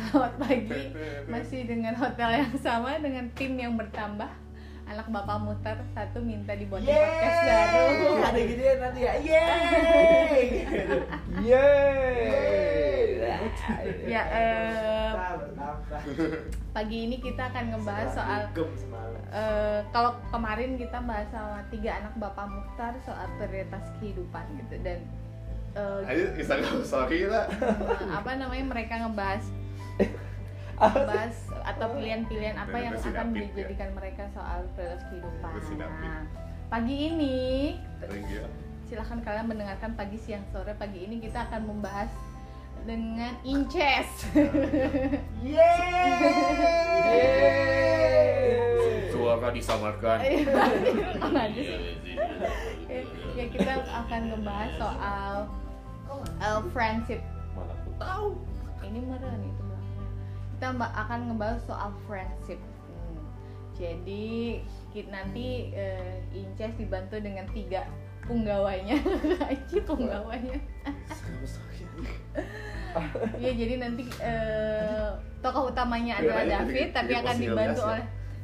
Selamat pagi, masih dengan hotel yang sama, dengan tim yang bertambah. Anak Bapak Muter satu minta dibuat podcast baru. Ada gini nanti ya. Yeay. Ya, pagi ini kita akan ngebahas soal kalau kemarin kita bahas sama 3 anak Bapak Mukhtar soal prioritas kehidupan gitu, dan ayo bisa sorry lah. mereka ngebahas atau pilihan-pilihan apa yang akan dijadikan mereka soal prioritas kehidupan. Nah, pagi ini silahkan kalian mendengarkan pagi, siang, sore. Pagi ini kita akan membahas dengan Inces. Suara disamarkan. Ya, kita akan ngebahas soal friendship. Mana aku tahu. Ini meren itu belakangnya. Kita akan ngebahas soal friendship. Jadi nanti Inces dibantu dengan 3 punggawanya. Punggawanya. Ya, jadi nanti tokoh utamanya adalah David, tapi akan dibantu oleh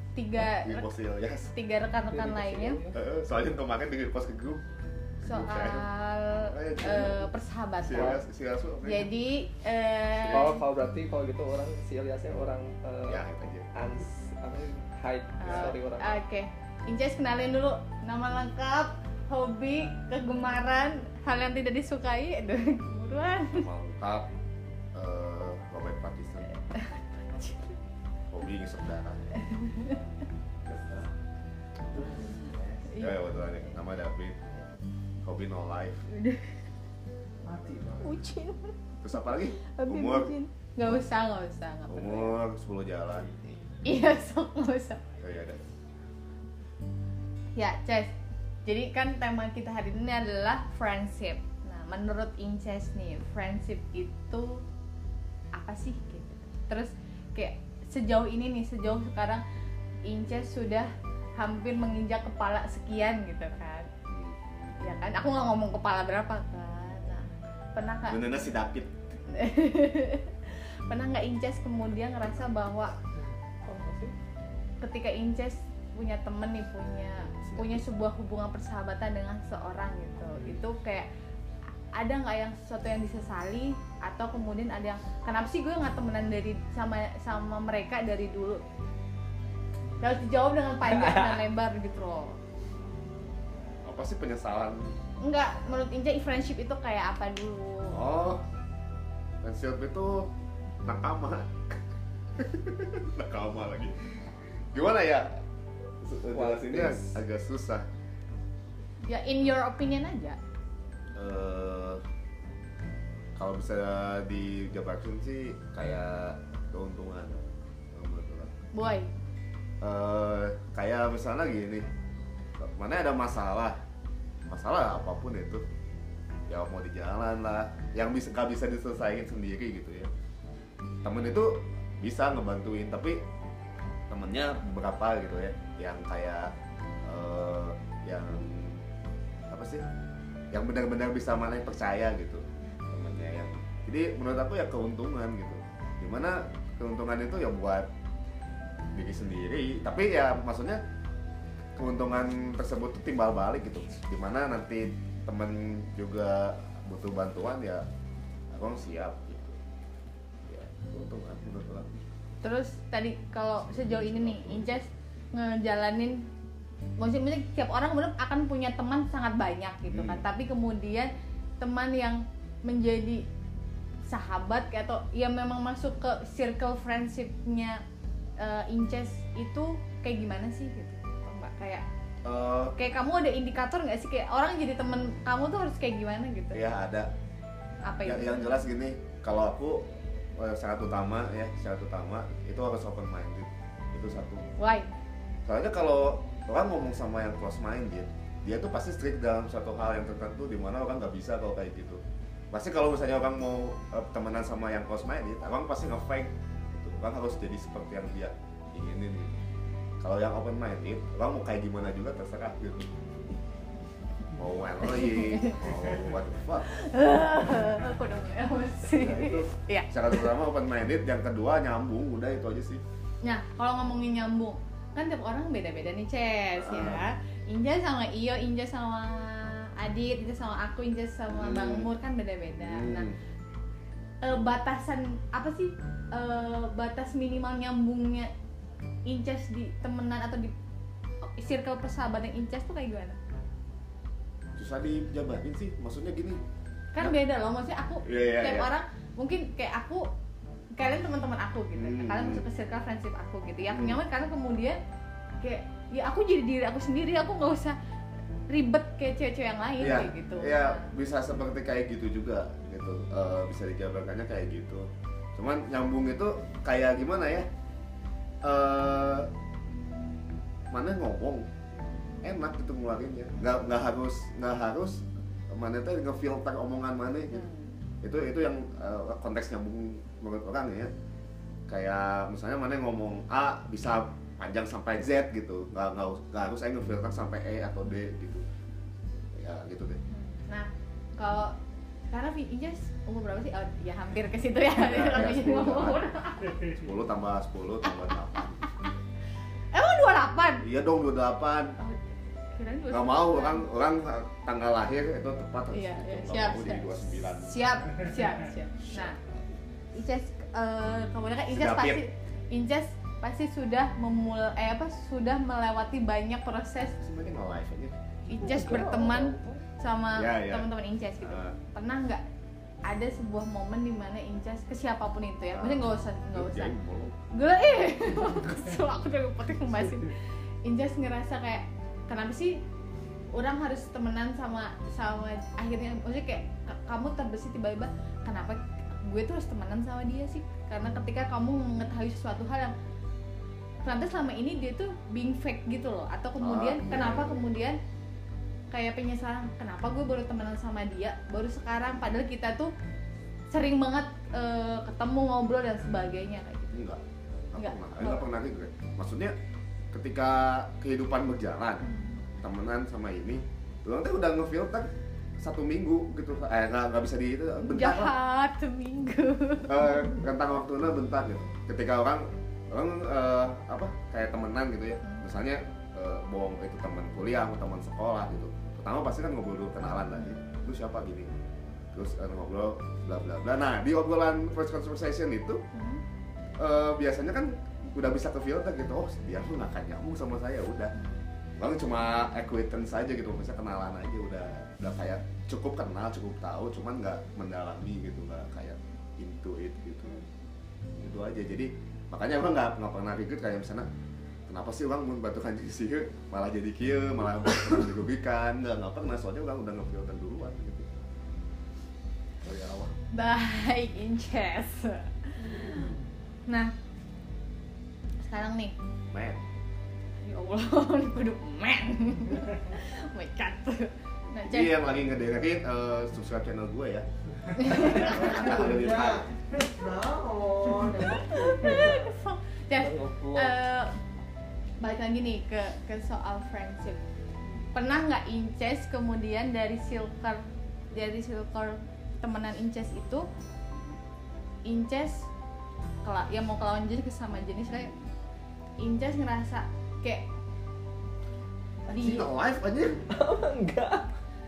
3 rekan-rekan lainnya. Soalnya kemarin di post ke grup soal persahabatan. Jadi kalau berarti kalau gitu orang si Eliasnya orang ya aja. Hide story orang. Oke. Inces, kenalin dulu nama lengkap, hobi, kegemaran, hal yang tidak disukai. Aduh, buruan. Lengkap Robert Pattinson. Hobi ngisep darah. Ya betul nih, nama David. Hobi no life. Mati. Ucin. Terus apa lagi? Hobi Umur. bucin. Nggak usah. Umur 10 jalan. Iya, sok nggak usah. Oh iya ada. Ya, Ces. Jadi kan tema kita hari ini adalah friendship. Nah, menurut Inces nih, friendship itu apa sih gitu? Terus kayak sejauh sekarang Inces sudah hampir menginjak kepala sekian gitu kan. Ya kan, aku nggak ngomong kepala berapa kan. Nah, pernah nggak? Bener si David. Pernah nggak Inces kemudian ngerasa bahwa ketika Inces punya temen nih, punya sebuah hubungan persahabatan dengan seorang gitu, itu kayak ada nggak yang sesuatu yang disesali, atau kemudian ada yang kenapa sih gue nggak temenan sama mereka dari dulu? Harus dijawab dengan panjang dan lebar gitu loh. Apa sih penyesalan? Enggak, menurut Inces friendship itu kayak apa dulu? Oh, friendship itu nakama. Nakama lagi. Gimana ya? Jelasinnya agak susah. Ya, in your opinion aja. Kalau bisa dijabarkan sih kayak keuntungan. Boy. Kayak misalnya gini, mana ada masalah apapun itu, ya mau di jalan lah, yang nggak bisa diselesaikan sendiri gitu ya. Temen itu bisa ngebantuin, tapi temennya beberapa gitu ya, yang kayak yang apa sih, yang benar-benar bisa mana yang percaya gitu temennya yang. Jadi menurut aku ya keuntungan gitu, dimana keuntungan itu ya buat diri sendiri, tapi ya maksudnya keuntungan tersebut tuh timbal balik gitu, dimana nanti temen juga butuh bantuan ya abang siap gitu ya, keuntungan menurut aku. Terus tadi kalau sejauh ini nih Inces ngejalanin, maksudnya tiap orang kemudian akan punya teman sangat banyak gitu kan, tapi kemudian teman yang menjadi sahabat atau yang memang masuk ke circle friendshipnya Inces itu kayak gimana sih gitu Mbak? Kayak kamu ada indikator nggak sih kayak orang jadi temen kamu tuh harus kayak gimana gitu? Ya ada. Apa itu? Yang jelas gini, kalau aku syarat utama itu harus open minded, itu satu. Why? Soalnya kalau orang ngomong sama yang close minded, dia tuh pasti strict dalam suatu hal yang tertentu, di mana orang nggak bisa kalau kayak gitu. Pasti kalau misalnya orang mau temenan sama yang close minded, orang pasti nge-fake gitu. Orang harus jadi seperti yang dia inginin gitu. Kalau yang open minded, orang mau kayak gimana juga terserah gitu. mau LOI, mau what the fuck. Aku udah mulai emosi. Ya, itu Iya. syarat pertama open minded, yang kedua nyambung, udah itu aja sih. Nah, kalau ngomongin nyambung, kan tiap orang beda-beda nih, Ces, ya. Inja sama Iyo, Inja sama Adit, Inja sama aku, Inja sama Bang Mur kan beda-beda. Nah, batasan apa sih batas minimal nyambungnya Inces di temenan atau di circle persahabatan Inces tuh kayak gimana? Susah dijabarin sih, maksudnya gini. Kan beda loh, maksudnya aku tiap Iya. orang mungkin kayak aku, kalian teman-teman aku gitu, kalian masuk ke circle friendship aku gitu ya, aku nyaman karena kemudian kayak ya aku jadi diri aku sendiri, aku nggak usah ribet kayak cewek-cewek yang lain kayak gitu. Iya, bisa seperti kayak gitu juga gitu. Bisa dijabarkannya kayak gitu. Cuman nyambung itu kayak gimana ya? Mana ngomong enak gitu ngeluarinnya. Nggak harus mana tuh ngefilter omongan mana gitu. Itu yang konteks nyambung menurut orang ya. Kayak misalnya mana ngomong A bisa panjang sampai Z gitu, nggak harus saya ngefilter sampai E atau D gitu ya, gitu deh. Nah, kalau karena Injas umur berapa sih? Oh, ya hampir ke situ ya. 10 tambah 10 tambah 8. Emang 28? Iya dong 28. Oh, kirain 29. Nggak mau, orang tanggal lahir itu tepat harus Iya, gitu. Nggak siap, mau jadi 29. Siap. Nah, Injas kemudian kan Injas Sedapit. pasti sudah sudah melewati banyak proses Sebenarnya nggak live aja. Inces berteman sama Ya. teman-teman Inces gitu. Pernah nggak ada sebuah momen di mana Inces ke siapapun itu ya, maksudnya nggak usah. Gue kesel aku udah penting ngebahasin. Inces ngerasa kayak kenapa sih orang harus temenan sama akhirnya, maksudnya kayak kamu terbesit tiba-tiba kenapa gue tuh harus temenan sama dia sih, karena ketika kamu mengetahui sesuatu hal yang ternyata selama ini dia tuh being fake gitu loh, atau kemudian kenapa kemudian kayak penyesalan kenapa gue baru temenan sama dia baru sekarang padahal kita tuh sering banget ketemu ngobrol dan sebagainya kayak gitu. Enggak pernah gitu. Maksudnya ketika kehidupan berjalan temenan sama ini, orang tuh udah ngefilter 1 minggu gitu, nggak bisa di itu bentar jahat 1 minggu. Rentang waktunya bentar gitu. Ketika orang kayak temenan gitu ya, misalnya bohong itu teman kuliah atau teman sekolah gitu, pertama pasti kan ngobrol dulu, kenalan lagi, lu siapa gini, terus ngobrol bla bla bla. Nah di obrolan first conversation itu biasanya kan udah bisa ke filter gitu, oh dia tuh nggak akan nyambung sama saya, udah bang cuma acquaintance aja gitu, misalnya kenalan aja udah kayak cukup kenal, cukup tahu, cuman nggak mendalami gitu, nggak kayak into it gitu, itu aja. Jadi makanya aku nggak pernah pikir kayak misalnya kenapa sih orang membatukan diri sih malah jadi kieu, malah pernah dirugikan, nggak pernah, soalnya orang udah ngefilter duluan gitu dari awal. Baik Inces. Nah sekarang nih Man, ya Allah ini kudu men. Oh my god. Nah, jadi yang lagi ngedengerin subscribe channel gue ya. Ada di depan. Ces, balik lagi nih ke soal friendship. Pernah nggak Inces kemudian dari circle temenan Inces itu, Inces yang mau kelawan jenis sama jenis kayak Inces ngerasa kayak Di live aja? Enggak.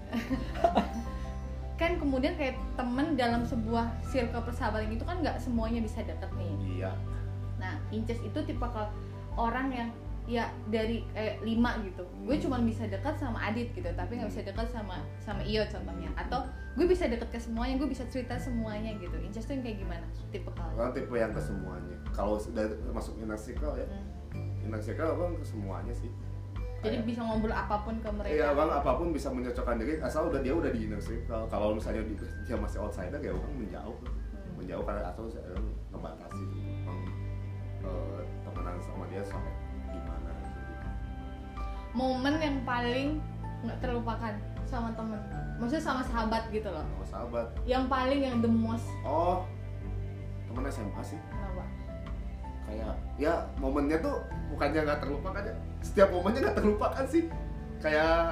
kan kemudian kayak temen dalam sebuah circle persahabatan itu kan nggak semuanya bisa deket nih. Iya. Nah, Inces itu tipe orang yang ya dari 5 gitu. Gue cuma bisa dekat sama Adit gitu, tapi nggak bisa dekat sama Iyo contohnya. Atau gue bisa deket ke semuanya, gue bisa cerita semuanya gitu. Inces tuh yang kayak gimana? Tipe Orang tipe yang ke semuanya. Kalau sudah masuk inner circle ya, inner circle abang ke semuanya sih. Jadi bisa ngobrol apapun ke mereka. Iya bang, apapun bisa mencocokkan diri asal dia udah di inner circle. Kalau misalnya dia masih outsider ya orang menjauh karena atau saya ngebatasi tuh bang, temenan sama dia sampai gimana gitu. Momen yang paling nggak terlupakan sama temen, maksudnya sama sahabat gitu loh. Sama sahabat. Yang paling yang the most. Oh, temen SMA sih. Kenapa? Kayak ya momennya tuh bukannya nggak terlupakan ya, setiap momennya nggak terlupakan sih. Kayak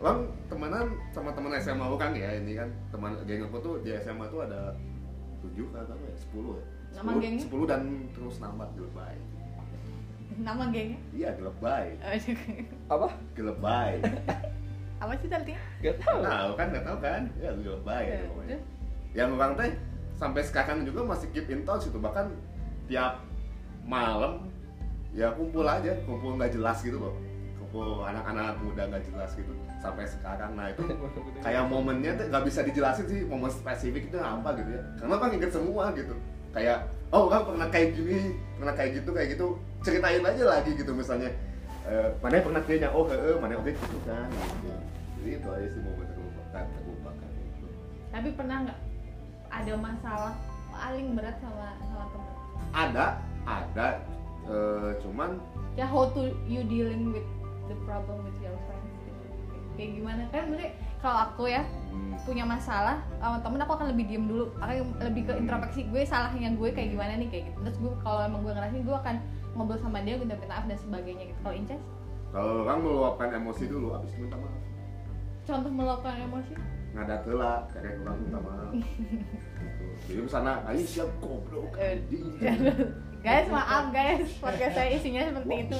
orang temenan sama teman SMA orang ya, ini kan teman geng aku tuh di SMA tuh ada 7 kan apa ya, 10 ya. Nama gengnya? 10 dan terus nambah Gelebay. Nama gengnya? Iya, Gelebay. Apa? Gelebay. Apa sih tadi? Gak tahu. Nggak tahu kan? Ya Gelebay ya, pokoknya. Terus? Yang orang teh sampai sekarang juga masih keep in touch gitu, bahkan tiap malam ya kumpul nggak jelas gitu loh, kumpul anak-anak muda nggak jelas gitu sampai sekarang. Nah itu kayak momennya tuh nggak bisa dijelasin sih, momen spesifik itu apa gitu ya, karena kan inget semua gitu, kayak oh kan pernah kayak gini, pernah kayak gitu, ceritain aja lagi gitu misalnya, mana yang pernah kayaknya mana oke gitu kan gitu. Jadi itu aja sih momen terlupakan gitu. Tapi pernah nggak ada masalah paling berat sama teman? Ada, cuman Ya how to you dealing with the problem with your friends gitu. Kayak gimana? Kan maksudnya kalau aku ya punya masalah sama temen, aku akan lebih diem dulu, akan lebih ke introspeksi gue, salahnya gue kayak gimana nih kayak gitu. Terus gue kalau emang gue ngerasain, gue akan ngobrol sama dia, gue minta maaf dan sebagainya gitu. Kalau Inces? kalau orang meluapkan emosi dulu, abis itu minta maaf. Contoh meluapkan emosi? Ngadat heula, kayak orang minta maaf. Gitu. Jadi misalnya, ayo siap goblok. Guys, maaf guys, podcast saya isinya seperti itu.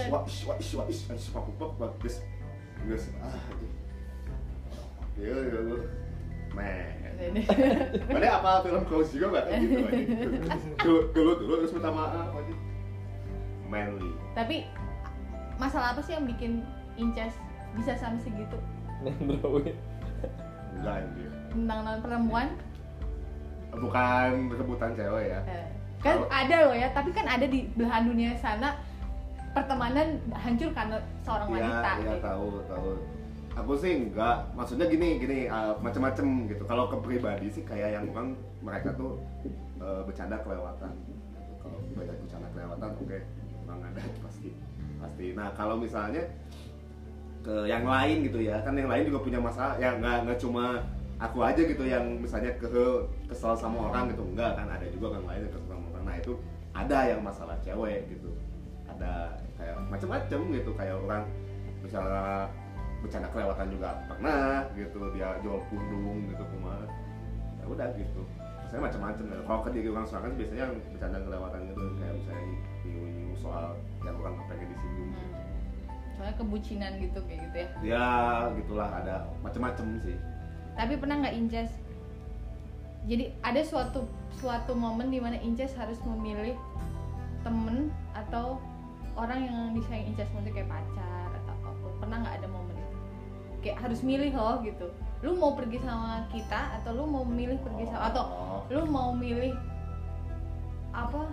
Guys, ya, men. Mana apa film Close juga nggak kayak gitu aja. Dulu terus minta maaf aja. Manly. Tapi masalah apa sih yang bikin Inces bisa sampai segitu? Nendrawin. Enggak anjir. Tentang perempuan? Bukan rebutan cewek ya. Kan ada loh ya, tapi kan ada di belahan dunia sana pertemanan hancur karena seorang wanita. Iya, gitu. tahu. Aku sih enggak, maksudnya gini, macam-macam gitu. Kalau ke pribadi sih kayak yang orang mereka tuh bercanda kelewatan. Kalau banyak bercanda kelewatan, oke, orang ada pasti. Nah kalau misalnya ke yang lain gitu ya, kan yang lain juga punya masalah. Ya nggak cuma aku aja gitu yang misalnya kesel sama orang gitu, enggak kan, ada juga orang lain yang kesel sama orang. Nah itu ada yang masalah cewek gitu, ada kayak macam-macam gitu, kayak orang misalnya bercanda kelewatan juga pernah gitu, dia jual pundung gitu kemana, ya udah gitu, saya macam-macam ya. Kalau ke diri orang soalnya biasanya bercanda kelewatan gitu, kayak misalnya nyiu soal yang orang kepengen disinggung. Soalnya kebucinan gitu kayak gitu ya. Ya gitulah, ada macam-macam sih. Tapi pernah nggak Inces? Jadi ada suatu momen di mana Inces harus memilih temen atau orang yang disayang Inces, maksudnya kayak pacar atau apapun. Pernah nggak ada momen itu? Kayak harus milih loh gitu. Lu mau pergi sama kita atau lu mau milih pergi sama, atau lu mau milih apa,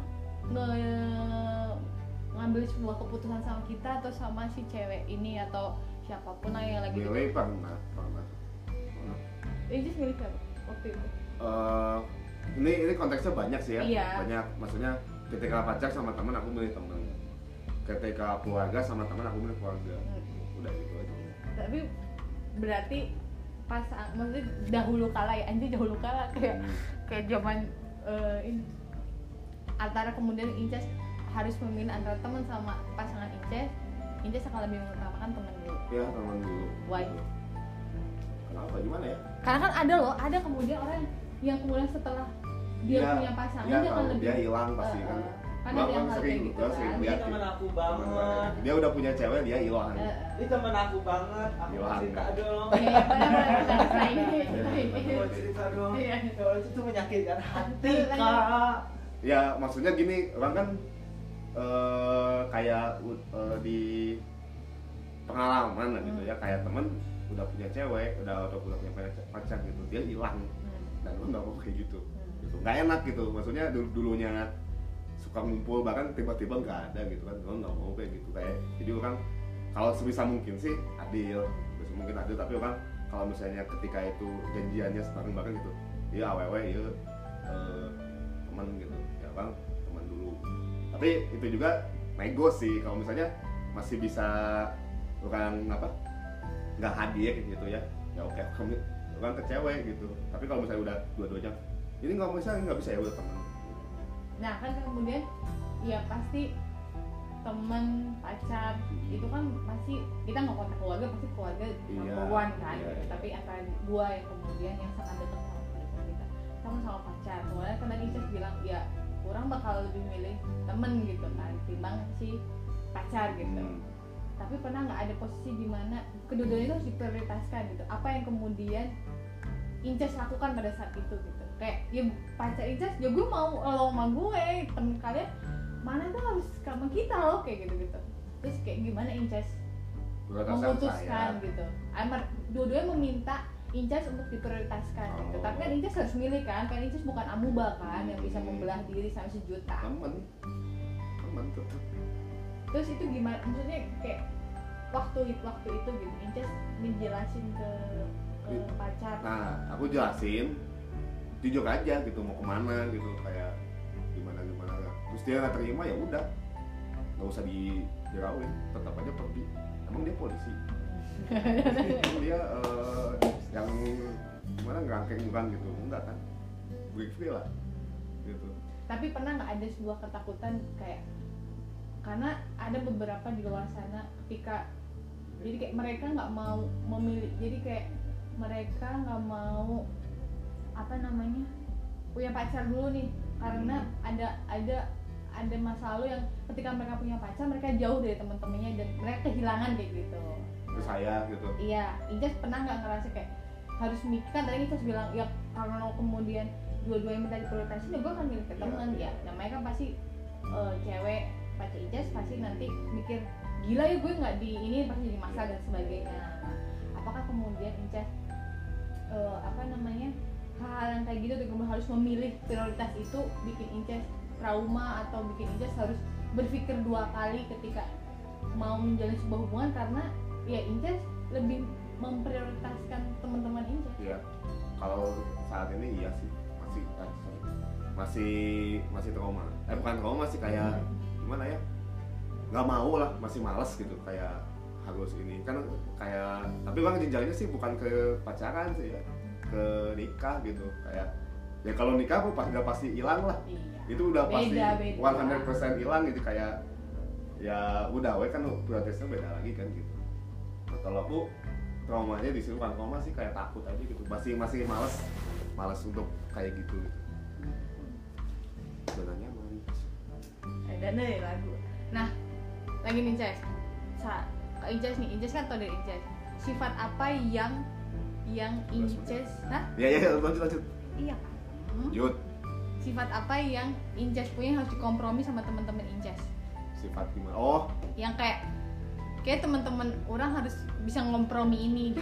ngambil sebuah keputusan sama kita atau sama si cewek ini atau siapapun lah yang lagi Milih pernah. Inces milih siapa waktu itu? Ini konteksnya banyak sih ya. Iya. Banyak, maksudnya ketika pacar sama teman aku milih teman, ketika keluarga sama teman aku milih keluarga. Udah gitu aja. Tapi berarti pas maksudnya dahulu kala ya, anjir dahulu kala kayak zaman ini, antara kemudian Inces harus memilih antara teman sama pasangan Inces akan lebih mengutamakan teman dulu. Ya teman dulu. Why? Kenapa, gimana ya? Karena kan ada kemudian orang yang kemudian setelah dia punya pasangan dia akan kalau lebih dia hilang pasti kan. Kan ada yang hal kayak gitu kan. Lihat teman aku banget. dia udah punya cewek, dia hilang. Ini teman aku banget. Aku mau Hilang. cerita dong. Iya, benar ini. Aku mau cerita dong. Iya. Kalau itu tuh menyakitkan hati, Betul, Kak. Ya maksudnya gini, orang kan kayak di pengalaman lah gitu ya, kayak temen udah punya cewek, udah punya pacar gitu, dia hilang dan lo nggak mau kayak gitu, nggak enak gitu. Maksudnya dulunya suka ngumpul, bahkan tiba-tiba nggak ada gitu kan, lo nggak mau kayak gitu. Kayak jadi orang kalau sebisa mungkin sih adil, sebisa mungkin adil, tapi orang kalau misalnya ketika itu janjiannya bareng-bareng gitu, ya aww ya teman gitu ya bang, teman dulu. Tapi itu juga nego sih, kalau misalnya masih bisa orang nggak hadir gitu ya oke, orang ke cewek gitu. Tapi kalau misalnya udah dua-duanya ini nggak bisa ya udah teman. Nah kan kemudian ya pasti temen, pacar itu kan pasti kita nggak kontak keluarga, pasti keluarga number one kan. Iya. Tapi antara dua yang kemudian yang sangat dekat sama keluarga kita, sama pacar. Kemudian kan tadi Ica bilang ya orang bakal lebih milih temen gitu kan, timbang si pacar gitu. Tapi pernah nggak ada posisi di mana kedua-duanya itu harus diprioritaskan gitu? Apa yang kemudian Inces lakukan pada saat itu gitu? Kayak ya pacar Inces, ya gue mau lo sama gue, temen kalian mana tuh harus sama kita loh kayak gitu-gitu. Terus kayak gimana Inces memutuskan gitu? Dua-duanya meminta Inces untuk diprioritaskan gitu. Tapi kan Inces harus milih kan Inces bukan amuba kan yang bisa membelah diri sampai sejuta. Temen tetap. Terus itu gimana? Maksudnya kayak waktu itu gitu, Inces menjelasin ke pacar. Nah, aku jelasin jujur aja gitu mau kemana gitu, kayak gimana. Terus dia nggak terima, ya udah nggak usah dirawin, tetap aja pergi. Emang dia polisi? Emang dia yang gimana ngerangkeng gitu? Enggak kan? Break free lah gitu. Tapi pernah nggak ada sebuah ketakutan kayak karena ada beberapa di luar sana ketika jadi kayak mereka nggak mau memilih, jadi kayak mereka nggak mau punya pacar dulu nih karena ada masa lalu yang ketika mereka punya pacar mereka jauh dari teman-temannya dan mereka kehilangan kayak gitu. Ke saya gitu. Iya, Inces pernah nggak ngerasa kayak harus mikir kan tadi Inces bilang ya karena kemudian dua-duanya minta diprioritasin ya gue akan milih ke teman ya. Namanya kan pasti cewek pacar Inces pasti nanti mikir gila ya gue nggak di ini pasti jadi masalah dan sebagainya. Nah, apakah kemudian Inces hal-hal yang kayak gitu kemudian harus memilih prioritas itu bikin Inces trauma atau bikin Inces harus berpikir dua kali ketika mau menjalin sebuah hubungan karena ya Inces lebih memprioritaskan teman-teman Inces. Iya. Kalau saat ini iya sih masih trauma. Bukan trauma sih, kayak gimana ya? Nggak mau lah, masih malas gitu kayak harus ini kan kayak, tapi bang jenjangnya sih bukan ke pacaran sih ya, ke nikah gitu. Kayak ya kalau nikah aku pasti hilang lah. Iya. Itu udah pasti beda. 100% hilang gitu, kayak ya udah we kan prioritasnya beda lagi kan gitu. Nah, kalau aku traumanya di sini bukan trauma sih, kayak takut aja gitu. Masih malas untuk kayak gitu. Sebenarnya Dan dari lagu. Nah, lagi nih Inces. Inces kan tau dari Inces. Sifat apa yang Inces? Hah? Ya lanjut. Iya kan. Yud. Sifat apa yang Inces punya yang harus dikompromi sama teman-teman Inces? Sifat gimana? Oh, Yang kayak teman-teman orang harus bisa ngompromi ini gitu.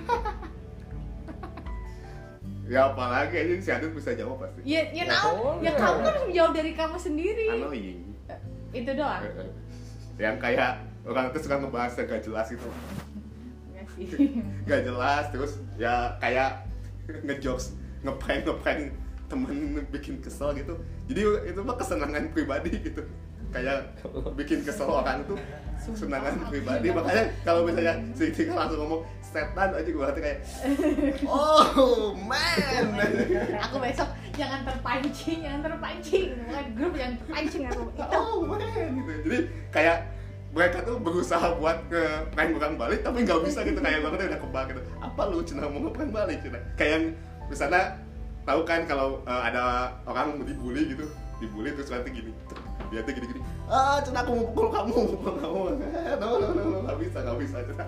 ya apalagi aja si Adit bisa jawab pasti. Ya kamu kan harus menjawab dari kamu sendiri. Annoying. Itu doang. Yang kayak orang itu suka ngebahas yang gak jelas gitu. Enggak sih. Gak jelas, terus ya kayak ngejokes, ngeprank temen bikin kesel gitu. Jadi itu mah kesenangan pribadi gitu. Kayak bikin kesel orang itu kesenangan pribadi. Makanya kalau misalnya si Tika langsung ngomong setan aja, gue hati kayak oh man. Aku besok jangan terpancing. Bukan grup yang terpancing aku. Oh man gitu. Jadi kayak mereka tuh berusaha buat nge-prank orang balik tapi nggak bisa gitu, kayak banget udah kebal gitu. Apa lu cina mau nge-prank balik gitu. Kayak yang misalnya tahu kan kalau ada orang dibully terus nanti gini. Dia tuh gini-gini. Cina aku mau pukul kamu. No, nggak bisa. Cina.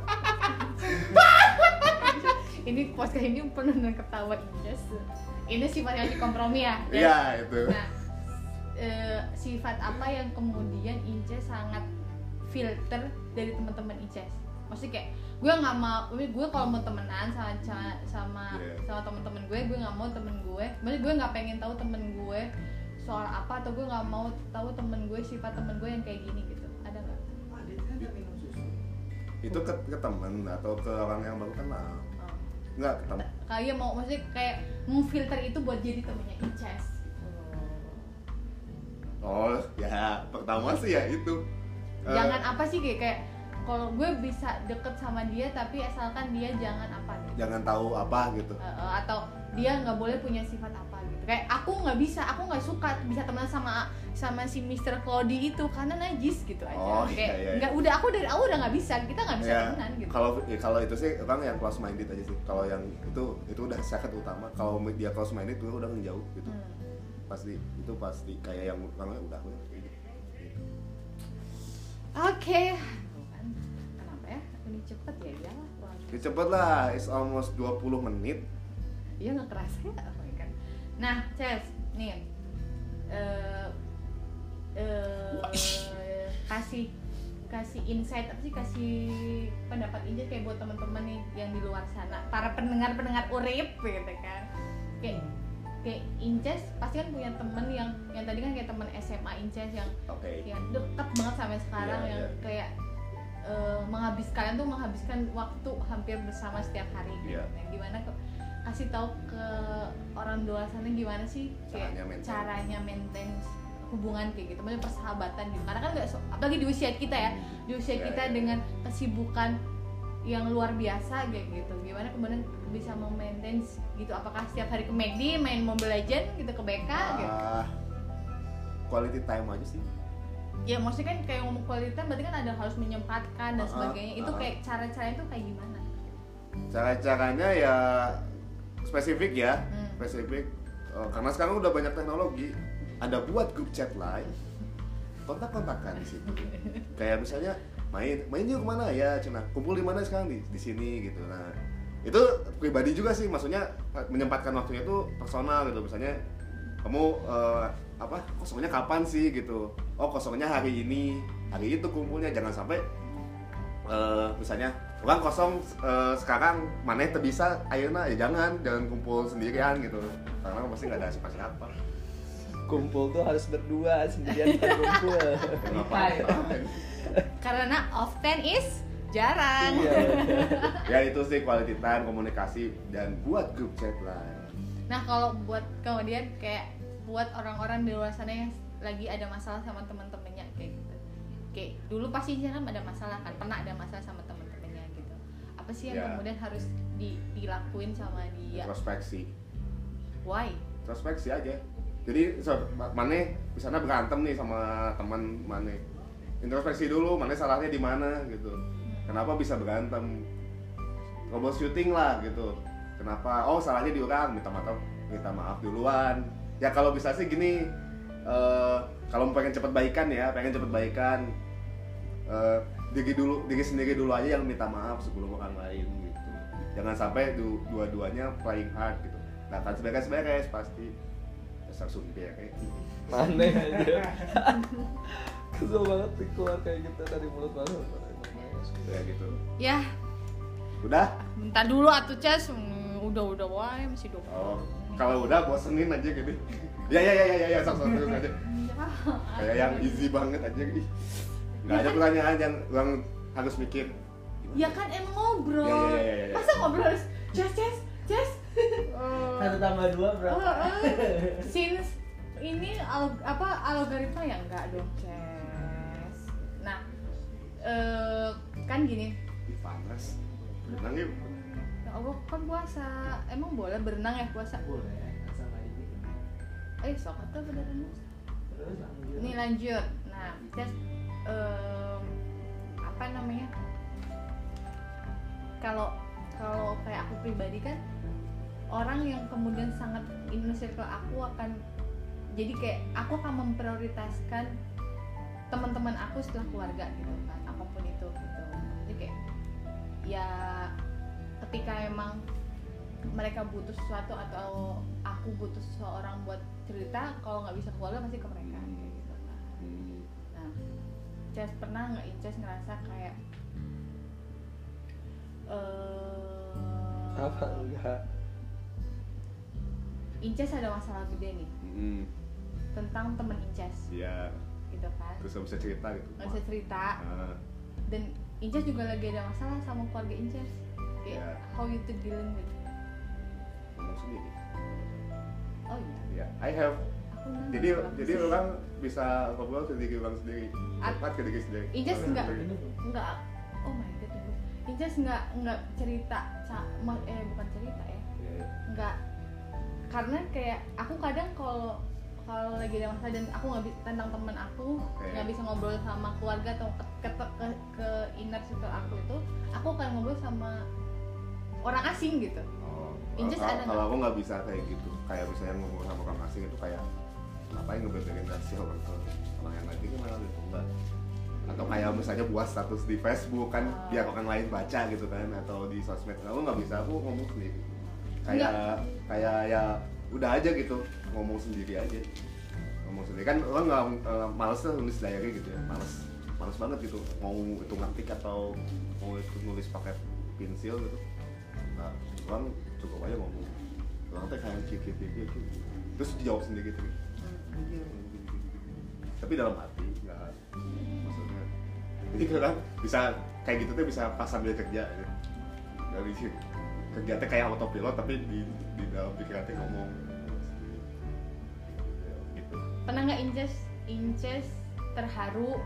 Ini podcast ini penuh dengan ketawa Inces. Ini sifat yang dikompromi ya. Iya itu. Nah, sifat apa yang kemudian Inces sangat filter dari teman-teman Inces? Maksudnya kayak gue nggak mau, gue kalau mau temenan sama teman-teman gue nggak mau temen gue, maksudnya gue nggak pengen tahu temen gue soal apa, atau gue nggak mau tahu temen gue sifat temen gue yang kayak gini gitu. Ada nggak? minum susu. Itu ke temen atau ke orang yang baru kenal? Nggak, ke temen. Kayak mau, maksudnya kayak memfilter itu buat jadi temennya Inces. Oh ya, pertama sih ya itu. Jangan apa sih kayak kalau gue bisa deket sama dia tapi asalkan dia jangan apa gitu. Jangan tahu apa gitu. Atau dia nggak boleh punya sifat apa gitu. Kayak aku nggak suka bisa teman sama si Mr. Cloudy itu karena najis gitu aja. Oh, kayak iya. nggak udah aku dari awal udah nggak bisa, kita nggak bisa Ya, temenan gitu. kalau itu sih orang yang close minded aja sih. Kalau yang itu udah syarat utama. Kalau dia close minded gue udah menjauh gitu. Pasti kayak yang orangnya udah kayak gitu. Oke. Kenapa ya? Ini cepet ya iyalah. Ya cepet lah, it's almost 20 menit. Iya nggak kerasa ya apa ya kan. Nah, Ces, nih kasih insight apa sih, kasih pendapat Inja kayak buat teman-teman nih yang di luar sana, para pendengar urip gitu kan. Kayak Inces pasti kan punya temen yang tadi kan kayak teman SMA Inces yang yang deket banget sampai sekarang, yang kayak menghabiskan waktu hampir bersama setiap hari gitu. Nah, gimana kasih tahu ke orang luar sana gimana sih kayak caranya maintain hubungan kayak gitu, maksudnya persahabatan gitu. Karena kan nggak, apalagi di usia kita ya, di usia kita dengan kesibukan yang luar biasa kayak gitu. Gimana kemudian bisa memaintain gitu? Apakah setiap hari ke McD main Mobile Legends gitu, ke BK gitu? Quality time aja sih. Ya maksudnya kan kayak ngomong quality time berarti kan ada harus menyempatkan dan sebagainya. Itu kayak cara-caranya itu kayak gimana? Cara-caranya ya spesifik ya, spesifik. Karena sekarang udah banyak teknologi. Ada buat grup chat lain, kontak-kontakan di situ. Kayak misalnya main yuk kemana ya, cina kumpul di mana sekarang di sini gitu. Nah itu pribadi juga sih, maksudnya menyempatkan waktunya itu personal gitu. Misalnya kamu kosongnya kapan sih gitu? Oh kosongnya hari ini, hari itu kumpulnya. Jangan sampai misalnya orang kosong sekarang mana bisa ayeuna ya jangan kumpul sendirian gitu, karena pasti nggak ada siapa-siapa. Kumpul tuh harus berdua, sendirian kan kumpul. Karena often is jarang. Ya itu sih quality time, komunikasi, dan buat grup chat lah. Nah kalau buat kemudian kayak buat orang-orang di luar sana yang lagi ada masalah sama teman-temannya kayak gitu, kayak dulu pasti kan ada masalah kan, pernah ada masalah sama teman-temannya gitu. Apa sih yang kemudian harus dilakuin sama dia? Introspeksi. Why? Introspeksi aja. Jadi Mane misalnya berantem nih sama teman Mane, introspeksi dulu Mane salahnya di mana gitu, kenapa bisa berantem, troubleshooting lah gitu, kenapa, oh salahnya di orang, minta maaf duluan. Ya kalau bisa sih gini, kalau pengen cepet baikan diri sendiri dulu aja yang minta maaf sebelum orang lain gitu. Jangan sampai dua-duanya playing hard gitu, nggak akan beres-beres pasti. Dasar sumpir kayak Aneh aja. Kesel banget nih keluar kayak gitu dari mulut banget. Kayak gitu. Ya. Udah? Bentar dulu atuh Cas. Udah wae masih 20. Oh, kalau udah bosenin aja gitu. Ya, sok terus aja. Kayak yang easy banget aja gitu. Enggak ada pertanyaan yang orang harus mikir. Ya kan emang ngobrol. Ya. Masa ngobrol harus Cas. 1 tambah 2 berapa? Since ini algoritma ya enggak dong, Ces. Nah, kan gini. Panas. Berenang yuk. Ya Allah, kan puasa. Emang boleh berenang ya puasa? Boleh, asal nggak ini. Sok atuh berenang. Terus lanjut. Nih lanjut. Nah, Ces, apa namanya? Kalau kayak aku pribadi kan orang yang kemudian sangat inner circle aku akan jadi kayak aku akan memprioritaskan teman-teman aku setelah keluarga gitu kan, apapun itu gitu. Jadi kayak ya ketika emang mereka butuh sesuatu atau aku butuh seseorang buat cerita, kalau nggak bisa keluarga pasti ke mereka kayak gitu kan. Nah, Ces pernah nggak Inces ngerasa kayak Apa enggak? Inces ada masalah gede nih tentang temen Inces, gitu kan? Terus nggak bisa cerita gitu. Nggak bisa cerita. Dan Inces juga lagi ada masalah sama keluarga Inces. Kayak how you to dealing with? Ngomong sendiri. Oh iya. Ya, I have. Aku Jadi orang bisa ngobrol ke diri orang sendiri. Cepat ke diri sendiri. Inces enggak oh my god ibu Inces nggak cerita bukan cerita ya Iya. nggak, karena kayak aku kadang kalau lagi ada masalah dan aku nggak bisa tentang temen aku nggak bisa ngobrol sama keluarga atau ke inner circle aku itu, aku akan ngobrol sama orang asing gitu. Inces ada Kalau aku nggak bisa kayak gitu, kayak misalnya ngomong sama orang asing itu kayak ngapain ngebeberin rahasia orang ke orang yang lain gimana gitu, enggak. Atau kayak misalnya buat status di Facebook kan biar orang lain baca gitu kan, atau di sosmed. Aku nggak bisa, aku ngomong sendiri. Kayak ya udah aja gitu, ngomong sendiri aja. Ngomong sendiri kan orang nggak males nulis diary gitu ya, males banget gitu. Mau itu ngetik atau mau itu nulis pakai pensil gitu. Nah, orang cukup aja ngomong. Orang teh kayak cipit gitu. Terus dijawab sendiri gitu. Tapi dalam hati nggak, maksudnya jadi kan bisa kayak gitu tuh bisa pas sambil kerja ya. Dari kerja teh kayak autopilot tapi di dalam pikiran teh ngomong ya, gitu. Pernah nggak Inces terharu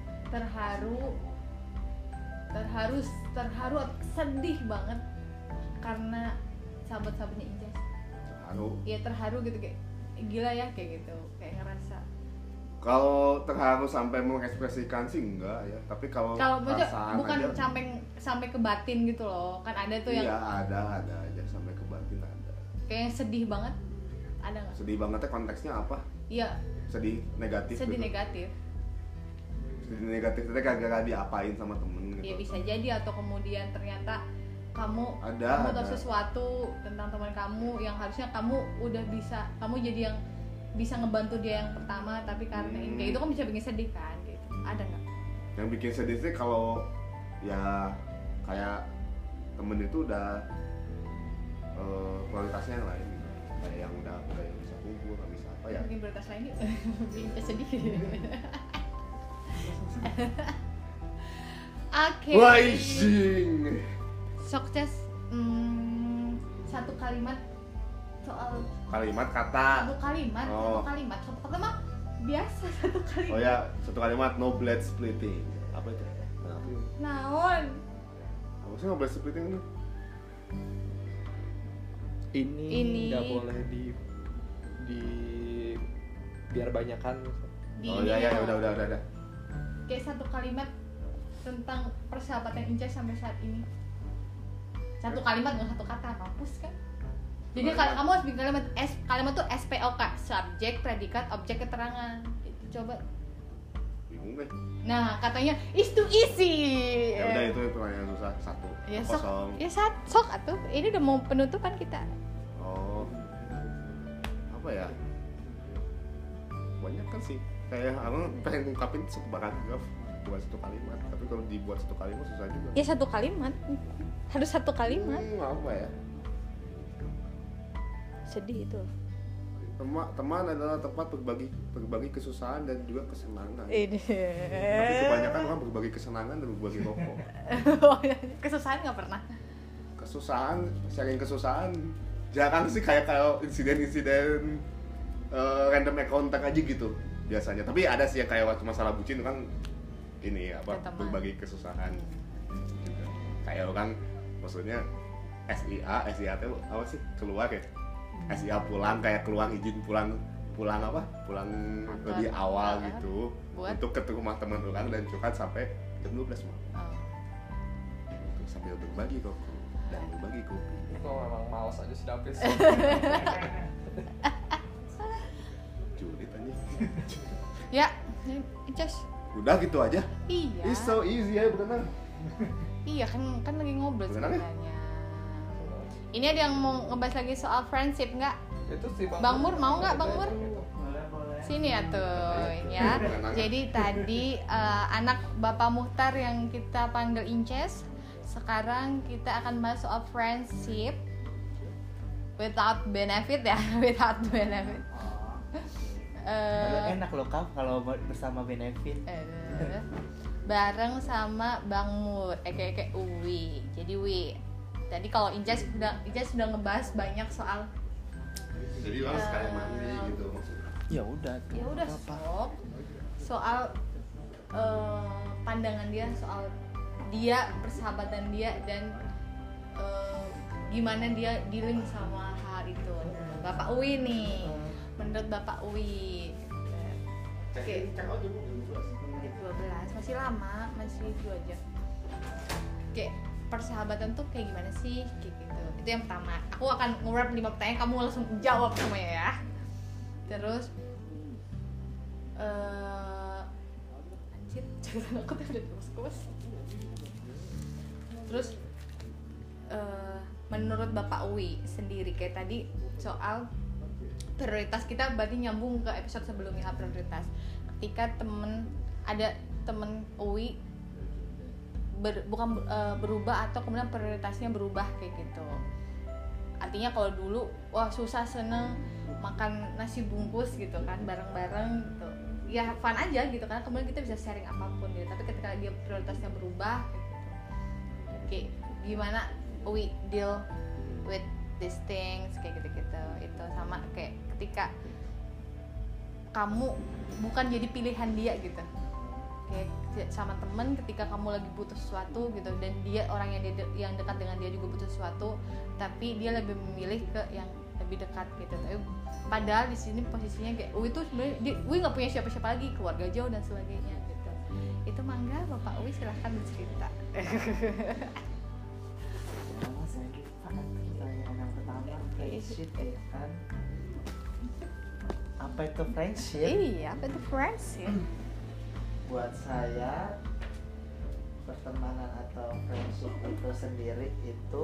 sedih banget karena sahabat-sahabatnya Inces? Terharu gitu, kayak gila ya kayak gitu, kayak ngerasa. Kalau terharu sampai mengekspresikan sih enggak ya, tapi kalau perasaan bukan aja, sampai ke batin gitu loh, kan ada tuh yang iya ada aja sampai ke batin ada. kayak yang sedih banget, ada nggak? Sedih bangetnya konteksnya apa? Iya, Sedih negatif sedih gitu. negatif. Sedih negatif itu kagak diapain sama temen gitu. Ya bisa jadi, atau kemudian ternyata kamu Ada. tahu sesuatu tentang teman kamu yang harusnya kamu udah bisa, kamu jadi yang bisa ngebantu dia yang pertama, tapi karena ini kayak itu kan bisa bikin sedih kan gitu. Ada nggak? Yang bikin sedih sih kalau ya kayak temen itu udah prioritasnya yang lain gitu. Kayak yang udah yang bisa kumpul, nggak bisa apa ya. Bikin prioritas lain yuk. Bikin sedih. Oke. Rising. Sukses. Satu kalimat soal Kalimat kata. satu kalimat mah biasa satu kalimat. Oh ya, satu kalimat no blade splitting. Apa itu? Naon? Apa sih no blade splitting itu? Ini nggak boleh di biar banyakan. Oh iya udah. Kayak satu kalimat tentang persahabatan Inces sampai saat ini. Satu kalimat, nggak satu kata, mampus kan? Jadi kalau kamu harus bikin kalimat tuh SPOK, subjek, predikat, objek, keterangan. Gitu, coba. Bingung kan? Nah, katanya is too easy. Ya udah itu pertanyaan susah satu. Ya Kosong. sok atuh. Ini udah mau penutupan kita. Oh. Apa ya? Banyak kan sih. Kayak aku pengen ngungkapin satu paragraf buat satu kalimat, tapi kalau dibuat satu kalimat susah juga. Ya satu kalimat. Harus satu kalimat. Apa ya? Sedih itu. Teman adalah tempat berbagi kesusahan dan juga kesenangan. Ini. Tapi kebanyakan orang berbagi kesenangan dan berbagi rokok. Kesusahan nggak pernah. Sharing kesusahan. Jarang sih kayak kalau insiden-insiden random encounter aja gitu biasanya. Tapi ada sih yang kayak waktu masalah bucin kan ini apa berbagi kesusahan. Juga. Kayak orang maksudnya SIA itu apa sih? Keluar ya. SIA pulang kayak keluar izin pulang apa? Pulang lebih awal gitu untuk ke rumah teman orang dan curhat sampai jam 12 malam. Gitu, sambil berbagi rokok dan berbagi kopi. Kalau memang malas aja sih Davis. Julid aja. Ya, just Udah gitu aja. iya. It's so easy ya benar. Iya kan lagi ngobrol Beneran ya? sebenarnya. Ini ada yang mau ngebahas lagi soal friendship nggak? Itu sih Bang Mur mau nggak Bang Mur? Boleh. Sini ya tuh ya. Jadi tadi anak Bapak Muhtar yang kita panggil Inces, sekarang kita akan bahas soal friendship without benefit ya, without benefit. Enak loh Kak kalau bersama benefit. Bareng sama Bang Mur, kayak Uwi. Jadi Wi, tadi kalau Inces sudah ngebahas banyak soal. Jadi orang sekali mandi gitu maksudnya. Ya udah. Ya udah soal pandangan dia soal dia, persahabatan dia, dan gimana dia dealing sama hal itu. Bapak Uwi nih, menurut Bapak Uwi, oke, 12 masih lama, masih 2 jam. Kayak persahabatan tuh kayak gimana sih, kayak gitu. Itu yang pertama. Aku akan nge-wrap 5 pertanyaan, kamu langsung jawab semuanya ya. Terus anjir, jangan aku udah kus. Terus menurut Bapak Uwi sendiri, kayak tadi soal prioritas, kita berarti nyambung ke episode sebelumnya, prioritas. Ketika ada temen Uwi bukan berubah atau kemudian prioritasnya berubah kayak gitu. Artinya kalau dulu wah susah seneng makan nasi bungkus gitu kan bareng-bareng gitu, ya fun aja gitu kan, kemudian kita bisa sharing apapun gitu. Tapi ketika dia prioritasnya berubah kayak gitu, gimana we deal with these things kayak gitu-gitu. Itu sama kayak ketika kamu bukan jadi pilihan dia gitu, kayak sama temen ketika kamu lagi butuh sesuatu gitu, dan dia orang yang dekat dengan dia juga butuh sesuatu, tapi dia lebih memilih ke yang lebih dekat gitu. Tapi padahal di sini posisinya kayak Uwi tuh sebenarnya Uwi nggak punya siapa-siapa lagi, keluarga jauh dan sebagainya gitu. Itu mangga Bapak Uwi silahkan bercerita. Pertanyaan yang pertama, friendship ya kan? Apa itu friendship? Iya, apa itu friendship? Buat saya pertemanan atau friendship itu sendiri itu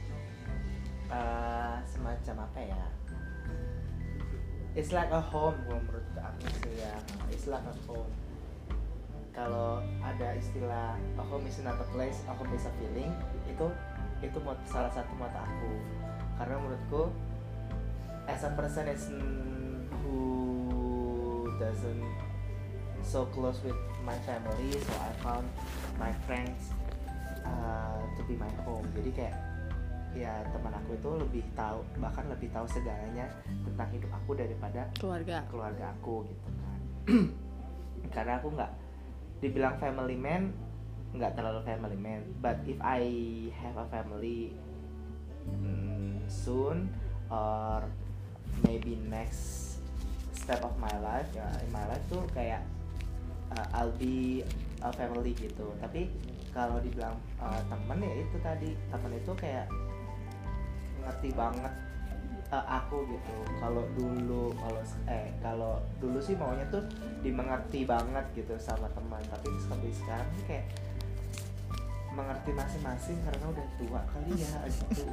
semacam apa ya? It's like a home menurut aku sih ya. It's like a home. Kalau ada istilah a home is not a place, a home is a feeling, itu salah satu mata aku. Karena menurutku as a person who doesn't so close with my family, so I found my friends to be my home. Jadi kayak ya teman aku itu lebih tahu, bahkan lebih tahu segalanya tentang hidup aku daripada keluarga aku gitu kan. Karena aku nggak dibilang family man, nggak terlalu family man, but if I have a family soon or maybe next step of my life ya, in my life tuh kayak I'll be a family gitu. Tapi kalau dibilang temen ya itu tadi, temen itu kayak ngerti banget aku gitu. Kalau dulu sih maunya tuh dimengerti banget gitu sama teman, tapi sampai sekarang sih kayak mengerti masing-masing karena udah tua kali ya gitu.